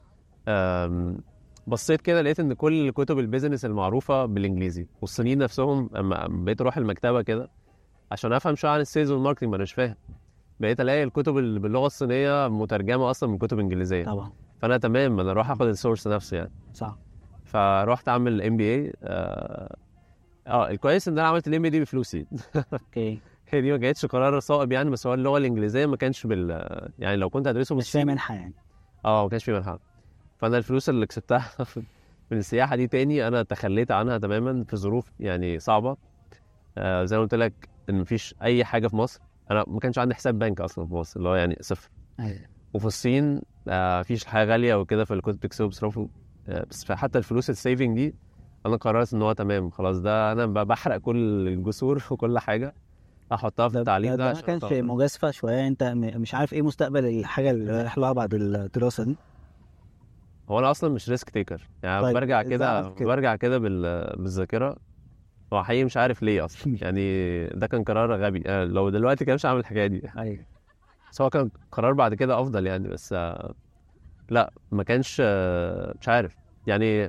آه بصيت كده لقيت ان كل كتب البيزنس المعروفه بالانجليزي، والصينيين نفسهم اما بقيت اروح المكتبه كده عشان افهم شويه عن السيلز والماركتنج، ما انا مش فاهم، بقيت الاقي الكتب اللي باللغه الصينيه مترجمه اصلا من كتب انجليزيه. طبعا. فانا تمام، انا اروح اخد السورس نفسه يعني. صح. فروحت اعمل ام بي اي. اه الكويس ان انا عملت الام بي دي بفلوسي. اوكي هي دي ما كانتش قرار صائب يعني، بس هو اللغه الانجليزيه ما كانش بال يعني، لو كنت هدرسه مش فيها منحه يعني. اه ما كانش فيه منحه. فانا الفلوس اللي كسبتها من السياحه دي تاني انا تخليت عنها تماما في ظروف يعني صعبه. آه زي ما قلت لك ان مفيش اي حاجه في مصر، انا ما كانش عندي حساب بنك اصلا في مصر، اللي هو يعني صفر. ايوه. وفي الصين آه مفيش حاجه غاليه وكده، فاللي كنت بكسبه بصرفه. آه بس حتى الفلوس السيفنج دي انا قررت ان هو تمام خلاص، ده انا بحرق كل الجسور وكل حاجه احطها في التعليم ده, ده, ده كان في مجازفه شويه، انت مش عارف ايه مستقبل الحاجه اللي رايح لها بعد الدراسه دي. هو انا اصلا مش ريسك تيكر يعني. طيب، برجع إزاي كده عرفت كده؟ برجع كده بال... بالذاكره. هو حقيقي مش عارف ليه اصلا يعني. ده كان قرار غبي. آه، لو دلوقتي كان مش هعمل الحكايه دي. ايوه بس هو كان قرار بعد كده افضل يعني. بس آه، لا ما كانش آه، مش عارف يعني.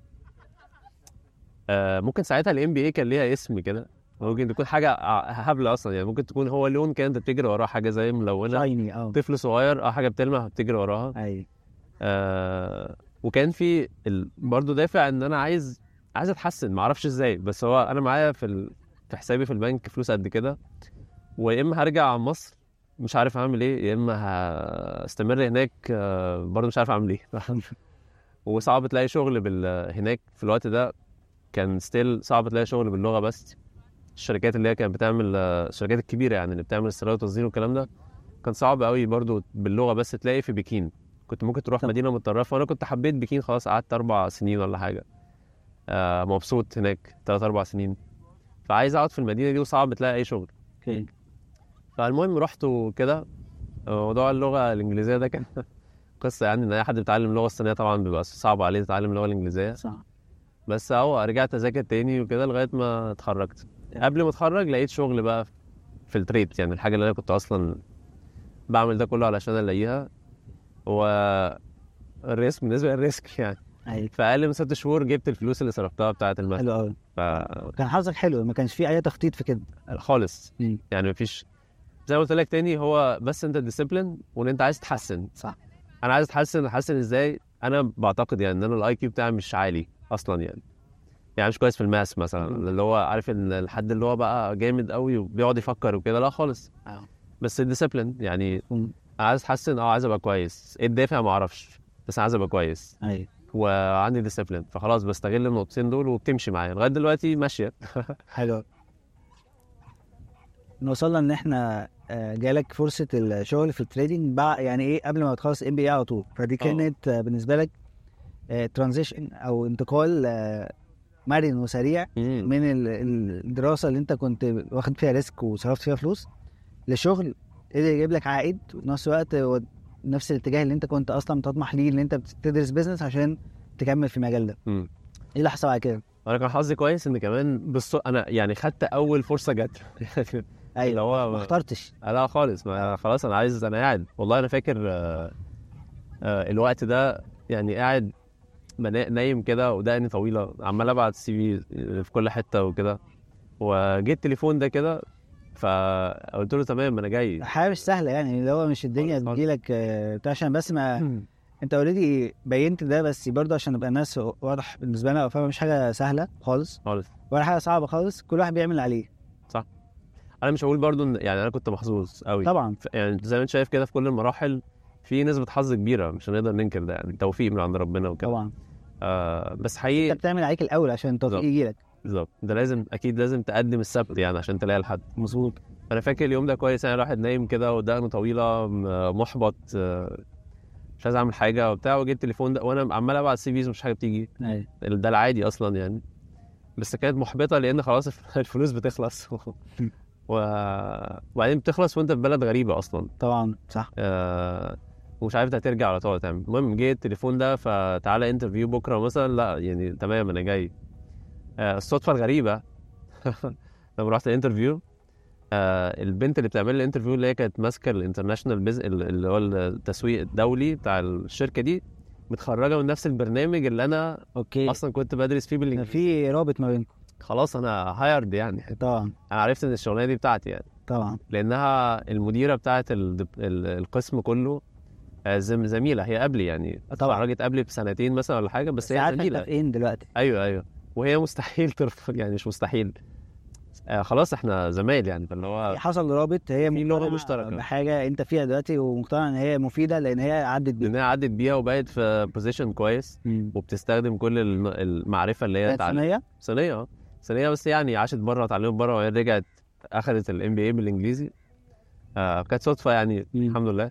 آه، ممكن ساعتها الام بي اي كان ليها اسم كده. ممكن تكون حاجه ع- هبله اصلا يعني. ممكن تكون هو لون كان انت بتجري وراه، حاجه زي ملونه، شايني اه طفل صغير اه حاجه بتلمع بتجري وراها. ايوه آه وكان في ال... برضه دافع ان انا عايز عايز اتحسن. ما اعرفش ازاي، بس هو انا معايا في ال... في حسابي في البنك فلوس قد كده، ويا اما هرجع على مصر مش عارف اعمل ايه، يا اما هستمر هناك آه برضه مش عارف اعمل ايه. وصعب تلاقي شغل بال... هناك في الوقت ده. كان ستيل صعب تلاقي شغل باللغه. بس الشركات اللي هي كانت بتعمل آه، الشركات الكبيره يعني اللي بتعمل استيراد وتصدير والكلام ده، كان صعب قوي برضو باللغه. بس تلاقي في بكين كنت ممكن تروح طب. مدينه متطرفه، وانا كنت حبيت بكين خلاص. قعدت اربع سنين ولا حاجه آه مبسوط هناك ثلاث اربع سنين. فعايز اقعد في المدينه دي وصعب تلاقي اي شغل. اوكي فالمهم رحت وكده. موضوع اللغه الانجليزيه ده كان قصه يعني. ان اي حد بيتعلم اللغه الصينيه طبعا بيبقى صعب عليه يتعلم اللغه الانجليزيه. صح بس اهو رجعت اذاكر تاني وكده لغايه ما اتخرجت. قبل ما اتخرج لقيت شغل بقى في التريد يعني. الحاجه اللي انا كنت اصلا بعمل ده كله علشان الاقيها. هو الريسك بالنسبه للريسك يعني. ايوه في اقل من ست شهور جبت الفلوس اللي صرفتها بتاعه المكتب. حلو قوي. ف كان حظك حلو، ما كانش فيه اي تخطيط في كده. خالص مم. يعني. مفيش زي ما قلت لك تاني. هو بس انت ديسيبلين وان انت عايز تتحسن. صح انا عايز اتحسن. اتحسن ازاي؟ انا بعتقد يعني ان انا الاي كيو بتاعي مش عالي اصلا يعني. يعني مش كويس في الماس مثلا، اللي هو عارف ان الحد اللي هو بقى جامد قوي وبيقعد يفكر وكده، لا خالص. اه بس الديسيبلين يعني. مم. عايز اتحسن اه عايز ابقى كويس. ايه الدافع؟ ما اعرفش، بس عايز ابقى كويس ايوه وعندي ديسيبلين. فخلاص بستغل النقطتين دول وبتمشي معايا لغايه دلوقتي ماشيه. حلو. وصلنا ان احنا آه، جالك فرصه الشغل في التريدينج بقى يعني ايه قبل ما تخلص ام بي اي على طول، فدي كانت آه، بالنسبه لك ترانزيشن او انتقال آه، مرن وسريع مم. من ال- ال- الدراسه اللي انت كنت واخد فيها ريسك وصرفت فيها فلوس لشغل اللي يجيب لك عائد، وفي نفس الوقت هو نفس الاتجاه اللي انت كنت اصلا بتطمح ليه، ان انت بتدرس بيزنس عشان تكمل في المجال ده. مم. ايه اللي حصل بعد كده؟ انا كان حظي كويس ان كمان بالص... انا يعني خدت اول فرصه جت. اللي ايوه هو ما اخترتش. لا خالص. ما خلاص انا عايز. انا قاعد والله انا فاكر آه، آه، الوقت ده يعني قاعد بنا- نايم كده ودقني طويله عمال ابعت سي في في كل حته وكده. وجيت التليفون ده كده فقلت له تمام انا جاي. حاجه مش سهله يعني، اللي هو مش الدنيا خالص، خالص. تجيلك آه، بتاع عشان بس ما انت اوريدي بينت ده، بس برضه عشان نبقى الناس واضح بالنسبه لنا فاهم، مش حاجه سهله خالص خالص ولا حاجه صعبه خالص، كل واحد بيعمل اللي عليه. صح. انا مش هقول برضو ان يعني انا كنت محظوظ قوي طبعا ف- يعني زي ما انت شايف كده في كل المراحل في نسبه حظ كبيره مش هنقدر ننكر ده يعني. توفيق من عند ربنا وكده. طبعا آه بس انت حقيقي بتعمل عليك الاول عشان التوفيق بالظبط. يجي لك. بالظبط. ده لازم اكيد لازم تقدم السبت يعني عشان تلاقي الحد. مظبوط. انا فاكر اليوم ده كويس. انا الواحد نايم كده ودقنه طويله م- محبط آه، مش عايز اعمل حاجه وبتاع. وجيت التليفون ده وانا عمال ابعت سي فيز مش حاجه بتيجي. ايوه ده العادي اصلا يعني. بس كانت محبطه لان خلاص الفلوس بتخلص. و... وبعدين بتخلص وانت في بلد غريبه اصلا. طبعا صح. آه... ومش عارف هترجع ولا تقعد تعمل. المهم جه التليفون ده فتعالى انترفيو بكره مثلا. لا يعني تمام انا جاي. آه الصدفه الغريبه لما رحت الانترفيو آه البنت اللي بتعمل لي الانترفيو اللي هي كانت ماسكه الانترناشونال بيز اللي هو التسويق الدولي بتاع الشركه دي متخرجه من نفس البرنامج اللي انا اوكي اصلا كنت بدرس فيه بالانجليزي. في رابط ما بينكم. خلاص انا هايرد يعني. طبعا انا عرفت ان الشغلانه دي بتاعتي يعني. طبعا لانها المديره بتاعه ال- ال- القسم كله آه، زم- زميله. هي قبلي يعني. طبعا. اتخرجت قبلي بسنتين مثلا ولا حاجه. بس بس هي عارفه انت زميله. فين دلوقتي. ايوه ايوه. وهي مستحيل ترفض يعني. مش مستحيل. آه خلاص احنا زمايل يعني. فاللي هو حصل رابط، هي في لغة مقتنعة مشتركة. بحاجه انت فيها دلوقتي ومقتنع ان هي مفيده لان هي عدت بيها. لانها عدت بيها وبقت في بوزيشن كويس مم. وبتستخدم كل الم- المعرفه اللي هي كانت اتعلمت. صينيه. صينيه اه صينيه. بس يعني عاشت بره واتعلمت بره وهي رجعت اخذت الام بي اي بالانجليزي. آه كانت صدفه يعني. مم. الحمد لله.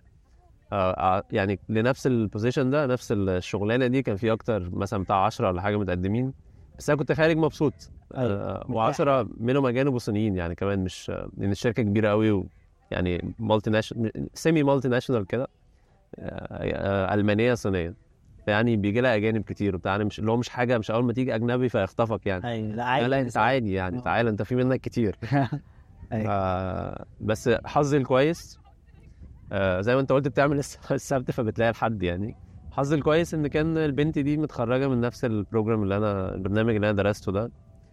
آه يعني لنفس البوزيشن ده نفس الشغلانه دي كان في اكتر مثلا بتاع عشرة ولا حاجه متقدمين. بس انا كنت خارج مبسوط. آه وعشرة منهم اجانب وصينيين يعني كمان. مش لان الشركه كبيره قوي و يعني مالتي ناشونال سيمي مالتي ناشونال كده. آه آه المانيه صينيه. يعني بيجي لها اجانب كتير وبتاع، يعني مش اللي هو مش حاجه، مش اول ما تيجي اجنبي فيخطفك يعني. ايوه لا لا عادي لا انت عادي يعني، تعالى انت في منك كتير. أيوة. آه بس حظي الكويس آه زي ما انت قلت بتعمل الس- السبت فبتلاقي الحد يعني. حظي الكويس ان كان البنت دي متخرجه من نفس البروجرام اللي انا البرنامج اللي انا درسته ده،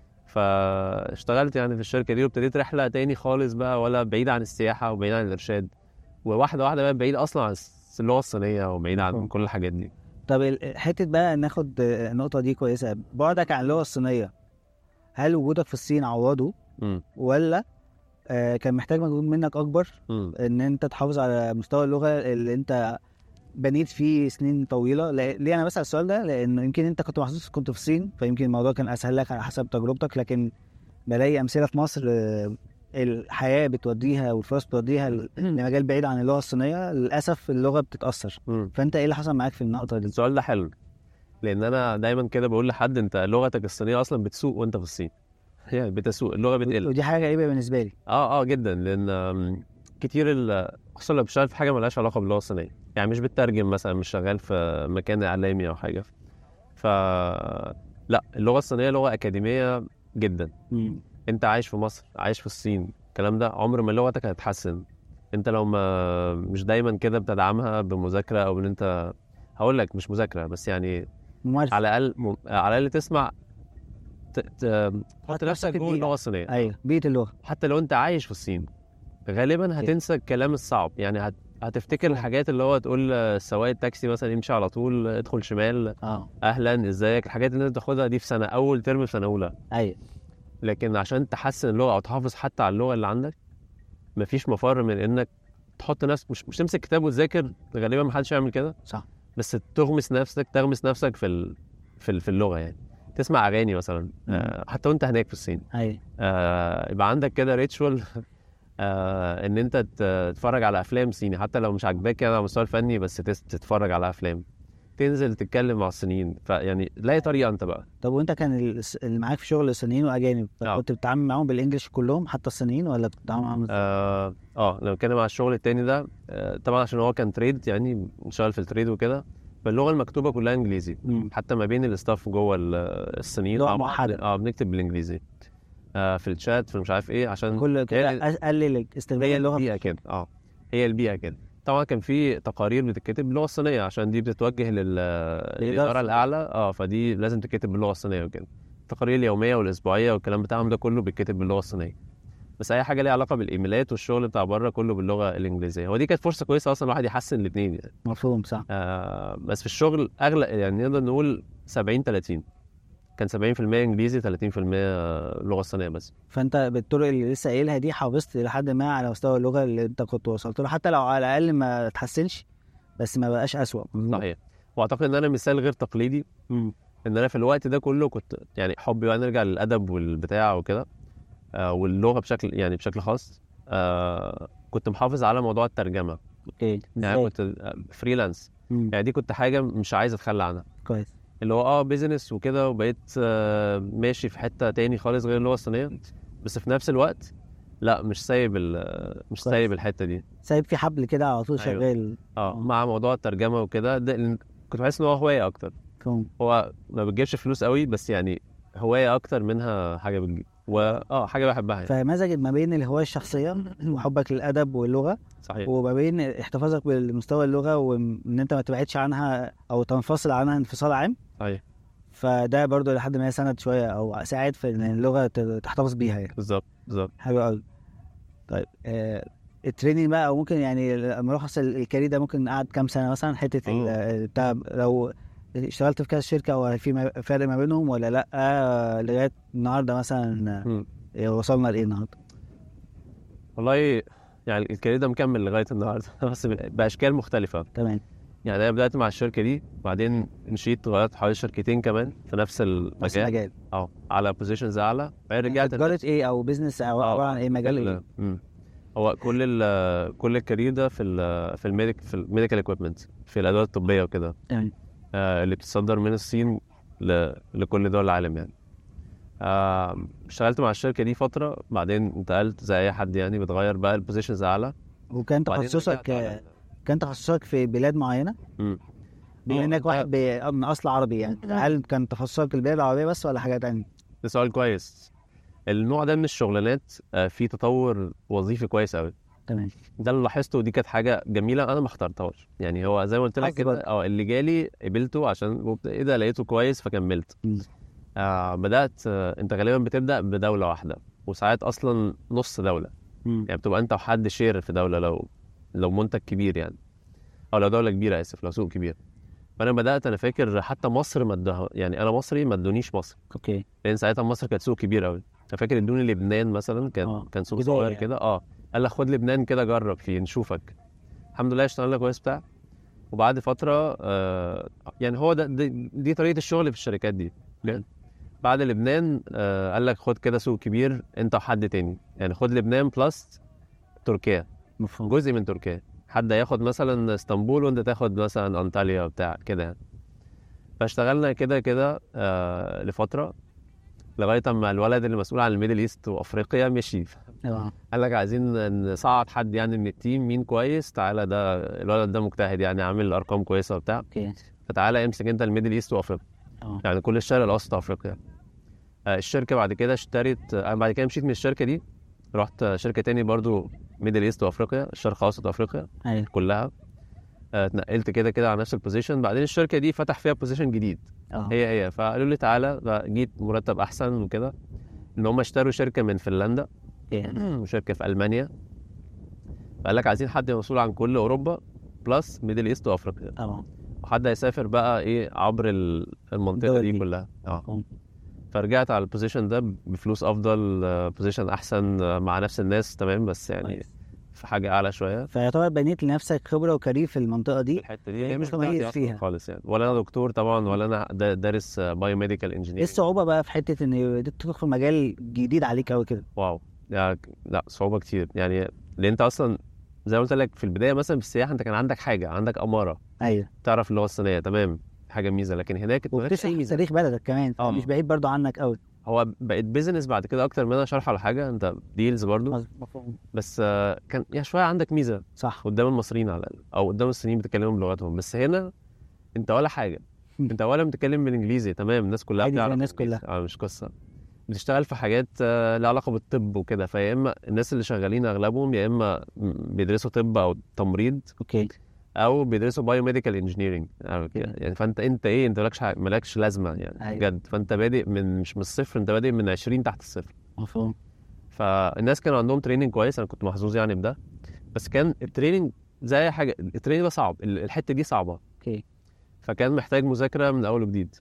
فاشتغلت يعني في الشركه دي وابتديت رحله تاني خالص بقى، ولا بعيد عن السياحه وبعيد عن الارشاد، وواحده واحده بقى بعيد اصلا عن اللغه الصينيه وبعيد عن مفهوم. كل الحاجات دي. طب ال- حته بقى ناخد النقطه دي كويسه، بعدك عن اللغه الصينيه، هل وجودك في الصين عوضه امم ولا آه كان محتاج مجهود منك اكبر امم ان انت تحافظ على مستوى اللغه اللي انت بنيت فيه سنين طويله؟ لا- ليه انا بسال السؤال ده؟ لان يمكن انت كنت محظوظ كنت في الصين، فيمكن الموضوع كان اسهل لك على حسب تجربتك، لكن بلاقي امثله في مصر آه، الحياه بتوديها والفرص بتوديها ل- لمجال بعيد عن اللغه الصينيه، للاسف اللغه بتتاثر. امم فانت ايه اللي حصل معاك في النقطه دي؟ السؤال ده حلو، لان انا دايما كده بقول لحد انت لغتك الصينيه اصلا بتسوق وانت في الصين. يعني بتسوق اللغه بتقل. ودي حاجه غريبه بالنسبه لي. اه اه جدا، لان آم، كتير ال- خصوصا لو بتشتغل في حاجه مالهاش علاقه باللغه الصينيه، يعني مش بتترجم مثلا، مش شغال في مكان اعلامي او حاجه. ف لا اللغه الصينيه لغه اكاديميه جدا. مم. انت عايش في مصر، عايش في الصين، الكلام ده عمر ما لغتك هتتحسن انت لو ما مش دايما كده بتدعمها بمذاكره، او ان انت هقول لك مش مذاكره بس يعني ممارسه. على الاقل م... على الاقل تسمع ت... ت... تحط حط نفسك نفسك جوه في اللغه الصينيه. ايوه بيئه اللغه. حتى لو انت عايش في الصين غالبا هتنسى الكلام الصعب، يعني هت... هتفتكر الحاجات اللي هو تقول آه، سواق التاكسي مثلا يمشي على طول، ادخل شمال، اه اهلا ازيك، الحاجات اللي انت تاخدها دي في سنه اول ترم في سنه اولى. ايوه لكن عشان تحسن اللغه او تحافظ حتى على اللغه اللي عندك، مفيش مفر من انك تحط نفسك، مش مش تمسك كتاب وتذاكر، غالبا محدش يعمل كده، صح. بس تغمس نفسك تغمس نفسك في ال... في ال... في اللغه يعني. تسمع اغاني مثلا آه حتى وانت هناك في الصين، ايوه آه يبقى عندك كده ريتشوال آه ان انت ت- تتفرج على افلام صيني حتى لو مش عاجباك يعني على المستوى الفني، بس تس- تتفرج على افلام، تنزل تتكلم مع الصينيين، فيعني لاقي طريقه انت بقى. طب وانت كان الس- اللي معاك في شغل صينيين واجانب، آه. كنت بتتعامل معاهم بالانجلش كلهم حتى الصينيين، ولا كنت بتتعامل معاهم ازاي؟ اه اه لو بتكلم على الشغل التاني ده آه طبعا عشان هو كان تريد، يعني بنشتغل في التريد وكده، فاللغه المكتوبه كلها انجليزي، مم. حتى ما بين الاستاف جوه ال- الصينيين لغة مع بعض، موحدة. اه بنكتب بالانجليزي آه في الشات في مش عارف ايه، عشان كل كده هي اقلل استخدام هي اللغه. البيئه كده. اه هي البيئه كده. طبعا كان في تقارير بتتكتب باللغه الصينيه عشان دي بتتوجه لل للاداره الاعلى، اه فدي لازم تتكتب باللغه الصينيه وكده. التقارير اليوميه والاسبوعيه والكلام بتاعهم ده كله بيتكتب باللغه الصينيه، بس اي حاجه ليها علاقه بالايميلات والشغل بتاع بره كله باللغه الانجليزيه. ودي كانت فرصه كويسه اصلا الواحد يحسن الاثنين يعني. مفهوم صح. آه بس في الشغل اغلب يعني نقدر نقول سبعين ثلاثين، كان سبعين في المية انجليزي ثلاثين في المية لغه الصينيه بس. فانت بالطرق اللي لسه قايلها دي حافظت لحد ما على مستوى اللغه اللي انت كنت وصلت له، حتى لو على الاقل ما تحسنش بس ما بقاش اسوأ. صحيح. واعتقد ان انا مثال غير تقليدي، مم. ان انا في الوقت ده كله كنت يعني حبي بقى نرجع للادب والبتاع وكده آه واللغه بشكل يعني بشكل خاص آه كنت محافظ على موضوع الترجمه. اوكي يعني ازاي؟ كنت فريلانس، مم. يعني دي كنت حاجه مش عايز اتخلى عنها، كويس. اللي هو اه بيزنس وكده، وبقيت آه ماشي في حته تاني خالص غير اللغه الصينيه، بس في نفس الوقت لا مش سايب ال- مش كويس. سايب الحته دي. سايب في حبل كده على طول أيوة. شغال. اه مع موضوع الترجمه وكده ده لأن كنت بحس ان هو هوايه اكتر، مفهوم. هو ما بتجيبش فلوس قوي بس يعني هوايه اكتر منها حاجه بتجيب، واه حاجه بحبها يعني. فمزجت ما بين الهوايه الشخصيه وحبك للادب واللغه، صحيح. وما بين احتفاظك بالمستوى اللغه وان انت ما تبعدش عنها او تنفصل عنها انفصال عام. صحيح فده برضو لحد ما سند شويه او ساعد في ان اللغه ت- تحتفظ بيها يعني. بالظبط بالظبط. حلو قوي. طيب آه التريننج بقى، او ممكن يعني ملخص ال- الكارير ده ممكن قعد كام سنه مثلا؟ حته ال- مم. بتاع لو اشتغلت في كذا شركه وفي ما- فرق ما بينهم ولا لا آه لغايه النهارده مثلا مم. آه، وصلنا لايه النهارده؟ والله يعني الكارير ده مكمل لغايه النهارده بس باشكال مختلفه. تمام. يعني انا بدات مع الشركه دي، بعدين مشيت غيرت حوالي شركتين كمان في نفس بس المجال مجال اه على بوزيشنز اعلى، بعدين رجعت تجاره ايه او بيزنس او عباره عن ايه مجال ال- ايه؟ مم. هو كل ال كل الكارير ده في ال في الميديك في الميديكال ايكويبمنت، في الادوات الطبيه وكده تمام. آه اللي بتصدر من الصين ل... لكل دول العالم يعني. آه اشتغلت مع الشركه دي فتره، بعدين انتقلت زي اي حد يعني بتغير بقى البوزيشنز اعلى. وكان بعدين تخصصك رجعت على- كان تخصصك في بلاد معينه؟ مم. بما انك واحد ب- من اصل عربي يعني، هل كان تخصصك البيئه العربيه بس ولا حاجه تانية؟ ده سؤال كويس. النوع ده من الشغلانات آه، فيه تطور وظيفي كويس قوي. تمام. ده اللي لاحظته، ودي كانت حاجه جميله انا ما اخترتهاش. يعني هو زي ما قلت لك حظ كده، برضه. اه اللي جالي قبلته عشان ايه ده، لقيته كويس فكملت. مم. آه بدات آه انت غالبا بتبدا بدوله واحده، وساعات اصلا نص دوله. مم. يعني بتبقى انت وحد شير في دوله، لو لو منتج كبير يعني، او لو دوله كبيره، اسف، لو سوق كبير. فانا بدات، انا فاكر حتى مصر ما ادها، يعني انا مصري ما ادونيش مصر، اوكي. لان ساعتها مصر كانت سوق كبير قوي. انا فاكر ادوني لبنان مثلا، كان اه كان سوق بداية صغير يعني. كده. اه قال لك خد لبنان كده جرب فيه نشوفك. الحمد لله اشتغلنا كويس بتاع. وبعد فتره آه يعني هو ده دي, دي طريقه الشغل في الشركات دي. حلو. بعد لبنان آه قال لك خد كده سوق كبير انت وحد تاني، يعني خد لبنان بلس تركيا، مفهوم. جزء من تركيا. حد هياخد مثلا اسطنبول وانت تاخد مثلا انطاليا بتاع كده يعني. فاشتغلنا كده كده آه لفتره، لغايه اما الولد اللي مسؤول عن الميدل ايست وافريقيا مشي. اه قال لك عايزين نصعد حد يعني من التيم، مين كويس تعالى، ده الولد ده مجتهد يعني، عامل ارقام كويسه وبتاع، اوكي. فتعالى امسك انت الميدل ايست وافريقيا، اه يعني كل الشرق الاوسط افريقيا. آه، الشركه بعد كده اشترت، انا بعد كده مشيت من الشركه دي، رحت شركه تاني برضو ميدل ايست وافريقيا، الشرق الاوسط افريقيا ايوه. كلها. آه، اتنقلت كده كده على نفس البوزيشن. بعدين الشركه دي فتح فيها بوزيشن جديد، اه هي هي فقالوا لي تعالى، فجيت مرتب احسن وكده. ان هم اشتروا شركه من فنلندا اوكي. وشركه في المانيا. فقال لك عايزين حد مسؤول عن كل اوروبا بلس ميدل ايست وافريقيا، طبعا. وحد هيسافر بقى ايه عبر ال- المنطقه الدول دي دي. كلها. اه مفهوم. فرجعت على البوزيشن ده بفلوس افضل، بوزيشن احسن، آه، مع نفس الناس تمام، بس يعني كويس. في حاجه اعلى شويه. فيعتبر بنيت لنفسك خبره وكارير في المنطقه في دي، الحته دي هي مش متميز بتاعتي اصلا فيها. خالص يعني، ولا انا دكتور طبعا، ولا انا دا- دارس بايو ميديكال ايه انجينيرنج. الصعوبه بقى في حته ان تدخل مجال جديد عليك قوي كده؟ واو، يعني لا صعوبه كتير يعني. لان انت اصلا زي ما قلت لك في البدايه، مثلا في السياحه انت كان عندك حاجه، عندك اماره، ايوه. تعرف اللغه الصينيه تمام، حاجه ميزه. لكن هناك انت مالكش اي وبتشرح ميزه. تاريخ بلدك كمان، اه مش بعيد برضو عنك قوي. هو بقت بيزنس بعد كده اكتر من انا شرح على حاجه، انت ديلز برضو. مفهوم. بس آه، كان يا شويه عندك ميزه صح. قدام المصريين على الاقل، او قدام الصينيين بتتكلموا بلغتهم. بس هنا انت ولا حاجه، انت ولا بتتكلم بالانجليزي تمام، الناس كلها عادي زي بتعرف الناس إنجليزي. كلها. اه مش قصه. بتشتغل في حاجات آه، لها علاقه بالطب وكده، فيا اما الناس اللي شغالين اغلبهم يا اما بيدرسوا طب او تمريض، اوكي. او بيدرسوا بايو ميديكال انجينيرنج يعني. فانت انت ايه، انت مالكش حاجة- مالكش لازمه يعني أيوة. بجد. فانت بادئ من مش من الصفر، انت بادئ من عشرين تحت الصفر. مفهوم. فالناس كانوا عندهم تريننج كويس، انا كنت محظوظ يعني بده. بس كان التريننج زي اي حاجه، التريننج ده صعب، ال- الحته دي صعبه. اوكي. فكان محتاج مذاكره من اول وجديد.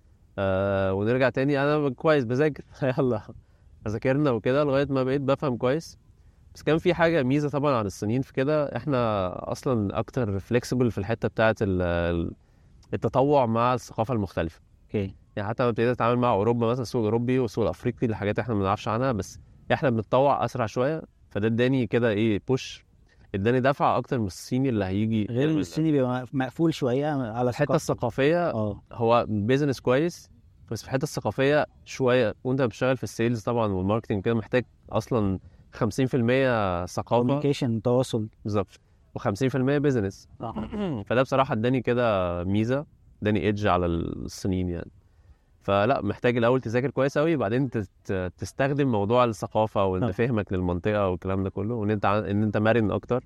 آه ونرجع تاني، انا كويس بذاكر يلا ذاكرنا وكده لغايه ما بقيت بفهم كويس. بس كان في حاجه ميزه طبعا عن الصينيين في كده، احنا اصلا اكتر فليكسيبل في الحته بتاعه ال- ال- التطوع مع الثقافه المختلفه. اوكي. يعني حتى لما ابتديت اتعامل مع اوروبا مثلا، السوق الاوروبي والسوق الافريقي، الحاجات احنا ما بنعرفش عنها، بس احنا بنتطوع اسرع شويه. فده اداني كده ايه بوش، اداني دفعه اكتر من الصيني اللي هيجي غير ان يعمل ده. الصيني بيبقى مقفول شويه على الحته ثقافته. الثقافيه اه هو بيزنس كويس، بس في الحته الثقافيه شويه، وانت بتشتغل في السيلز طبعا والماركتنج كده، محتاج اصلا خمسين في المية ثقافه كوميونيكيشن، تواصل. بالظبط، و50% بيزنس. صح. فده بصراحه اداني كده ميزه، اداني ايدج على الصينيين يعني. فلا محتاج الاول تذاكر كويس قوي، بعدين تت- تستخدم موضوع الثقافه وانت طبعا. فهمك للمنطقه والكلام ده كله، وان انت ع- ان انت مرن اكتر.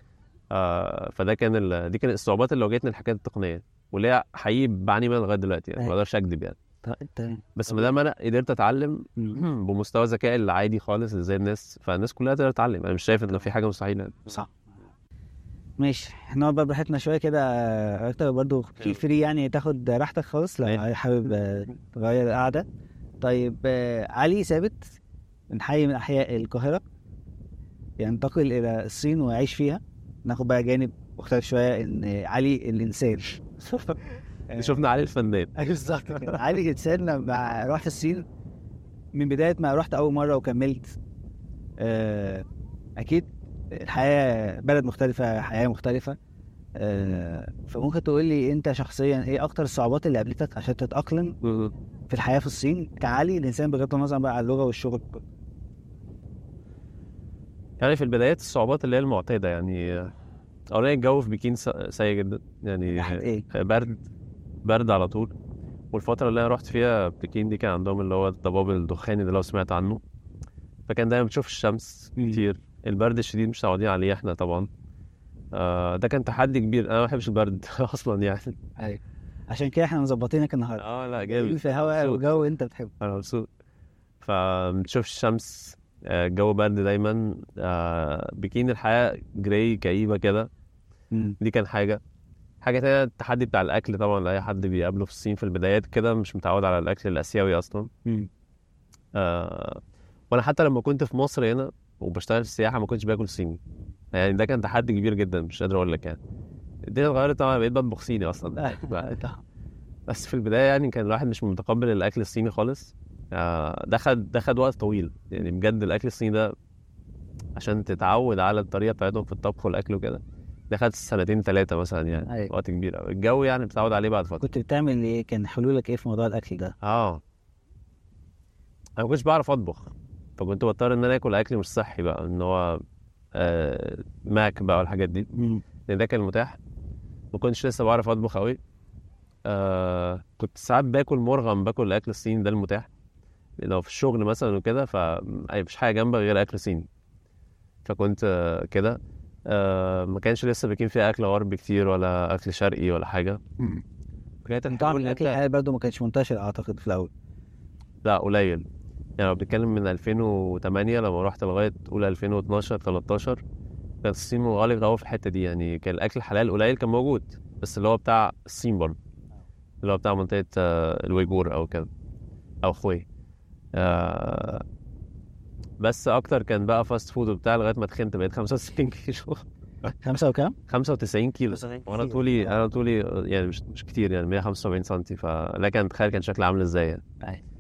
آه فده كان ال... دي كانت الصعوبات اللي واجهتني الحاجات التقنيه، واللي هي حقيقي بعاني منها لغايه دلوقتي يعني، ما أيوة. اقدرش اكذب يعني. طيب انت. بس ما دام انا قدرت اتعلم مم. بمستوى ذكائي العادي خالص زي الناس، فالناس كلها تقدر تتعلم. انا مش شايف انه في حاجه مستحيله. صح. ماشي، نقعد بقى براحتنا شويه كده اكتر، برضو في فري يعني، تاخد راحتك خالص لو ماشي. حابب آه، تغير القعده. طيب آه، علي ثابت من حي من احياء القاهره ينتقل الى الصين ويعيش فيها. ناخد بقى جانب مختلف شويه، ان علي الانسان شفنا علي الفنان. بالظبط كده. علي الانسان لما رحت الصين، من بدايه ما رحت اول مره وكملت، آه، اكيد الحياه بلد مختلفه، حياه مختلفه. آه، فممكن تقول لي انت شخصيا ايه اكتر الصعوبات اللي قابلتك عشان تتاقلم في الحياه في الصين كعلي الانسان، بغض النظر بقى عن اللغه والشغل؟ يعني في البدايات الصعوبات اللي هي المعتاده يعني، اولا الجو في بكين س- سيء جدا يعني، ايه برد برد على طول. والفتره اللي انا رحت فيها بكين دي كان عندهم اللي هو الضباب الدخاني ده لو سمعت عنه، فكان دايما بتشوف الشمس مم. كتير. البرد الشديد مش متعودين عليه احنا طبعا. آه ده كان تحدي كبير، انا ما بحبش البرد اصلا يعني. ايوه، عشان كده احنا مظبطينك النهارده اه لا جايين جامد، في هواء مبسوط. وجو انت بتحبه. انا مبسوط. فبتشوفش الشمس، آه، الجو برد دايما. آه بكين الحياة جراي كئيبة كده. مم. دي كان حاجة. حاجة تانية التحدي بتاع الأكل طبعا، لأي حد بيقابله في الصين في البدايات كده مش متعود على الأكل الآسيوي أصلا. مم. آه وأنا حتى لما كنت في مصر هنا وبشتغل في السياحة ما كنتش باكل صيني، يعني ده كان تحدي كبير جدا، مش قادر أقول لك يعني. الدنيا اتغيرت طبعا، بقيت بطبخ صيني أصلا. طبعا. بس في البداية يعني كان الواحد مش متقبل الأكل الصيني خالص. آه ده خد ده خد وقت طويل يعني، بجد الأكل الصيني ده عشان تتعود على الطريقة بتاعتهم في الطبخ والأكل وكده ده خد سنتين ثلاثة مثلا يعني. أيوة. وقت كبير أوي. الجو يعني بتتعود عليه بعد فترة. كنت بتعمل ايه؟ كان حلولك ايه في موضوع الاكل ده؟ اه أنا ما كنتش بعرف أطبخ، فكنت بضطر إن أنا آكل أكل مش صحي بقى، إن هو آه ماك بقى والحاجات دي، مم. لأن ده كان المتاح. ما كنتش لسه بعرف أطبخ أوي. آه كنت ساعات باكل مرغم، باكل الأكل الصيني ده المتاح لو في الشغل مثلا وكده، فمفيش حاجة جنبك غير أكل صيني. فكنت آه، كده. آه ما كانش لسه بيكون فيها أكل غربي كتير ولا أكل شرقي ولا حاجة. مم. كانت طبعا الحلول الاكل أنت الحلال برضه ما كانش منتشر اعتقد في الاول. لا قليل يعني. لو بنتكلم من ألفين وثمانية لما رحت لغاية أولى ألفين واثناشر تلتاشر، كانت الصين منغلقة أوي في الحتة دي يعني. كان الأكل الحلال قليل، كان موجود بس اللي هو بتاع الصين برضه، اللي هو بتاع منطقة آه، الويغور أو كده أو خوي. آه بس أكتر كان بقى فاست فود وبتاع، لغاية ما تخنت بقيت خمسة وتسعين كيلو. خمسة وكام؟ خمسة وتسعين كيلو. خمسة وتسعين وانا كيلو. طولي آه. انا طولي يعني مش مش كتير يعني مية وخمسة وسبعين سنتي، فلكن تخيل كان شكلي عامل ازاي يعني. أيوة.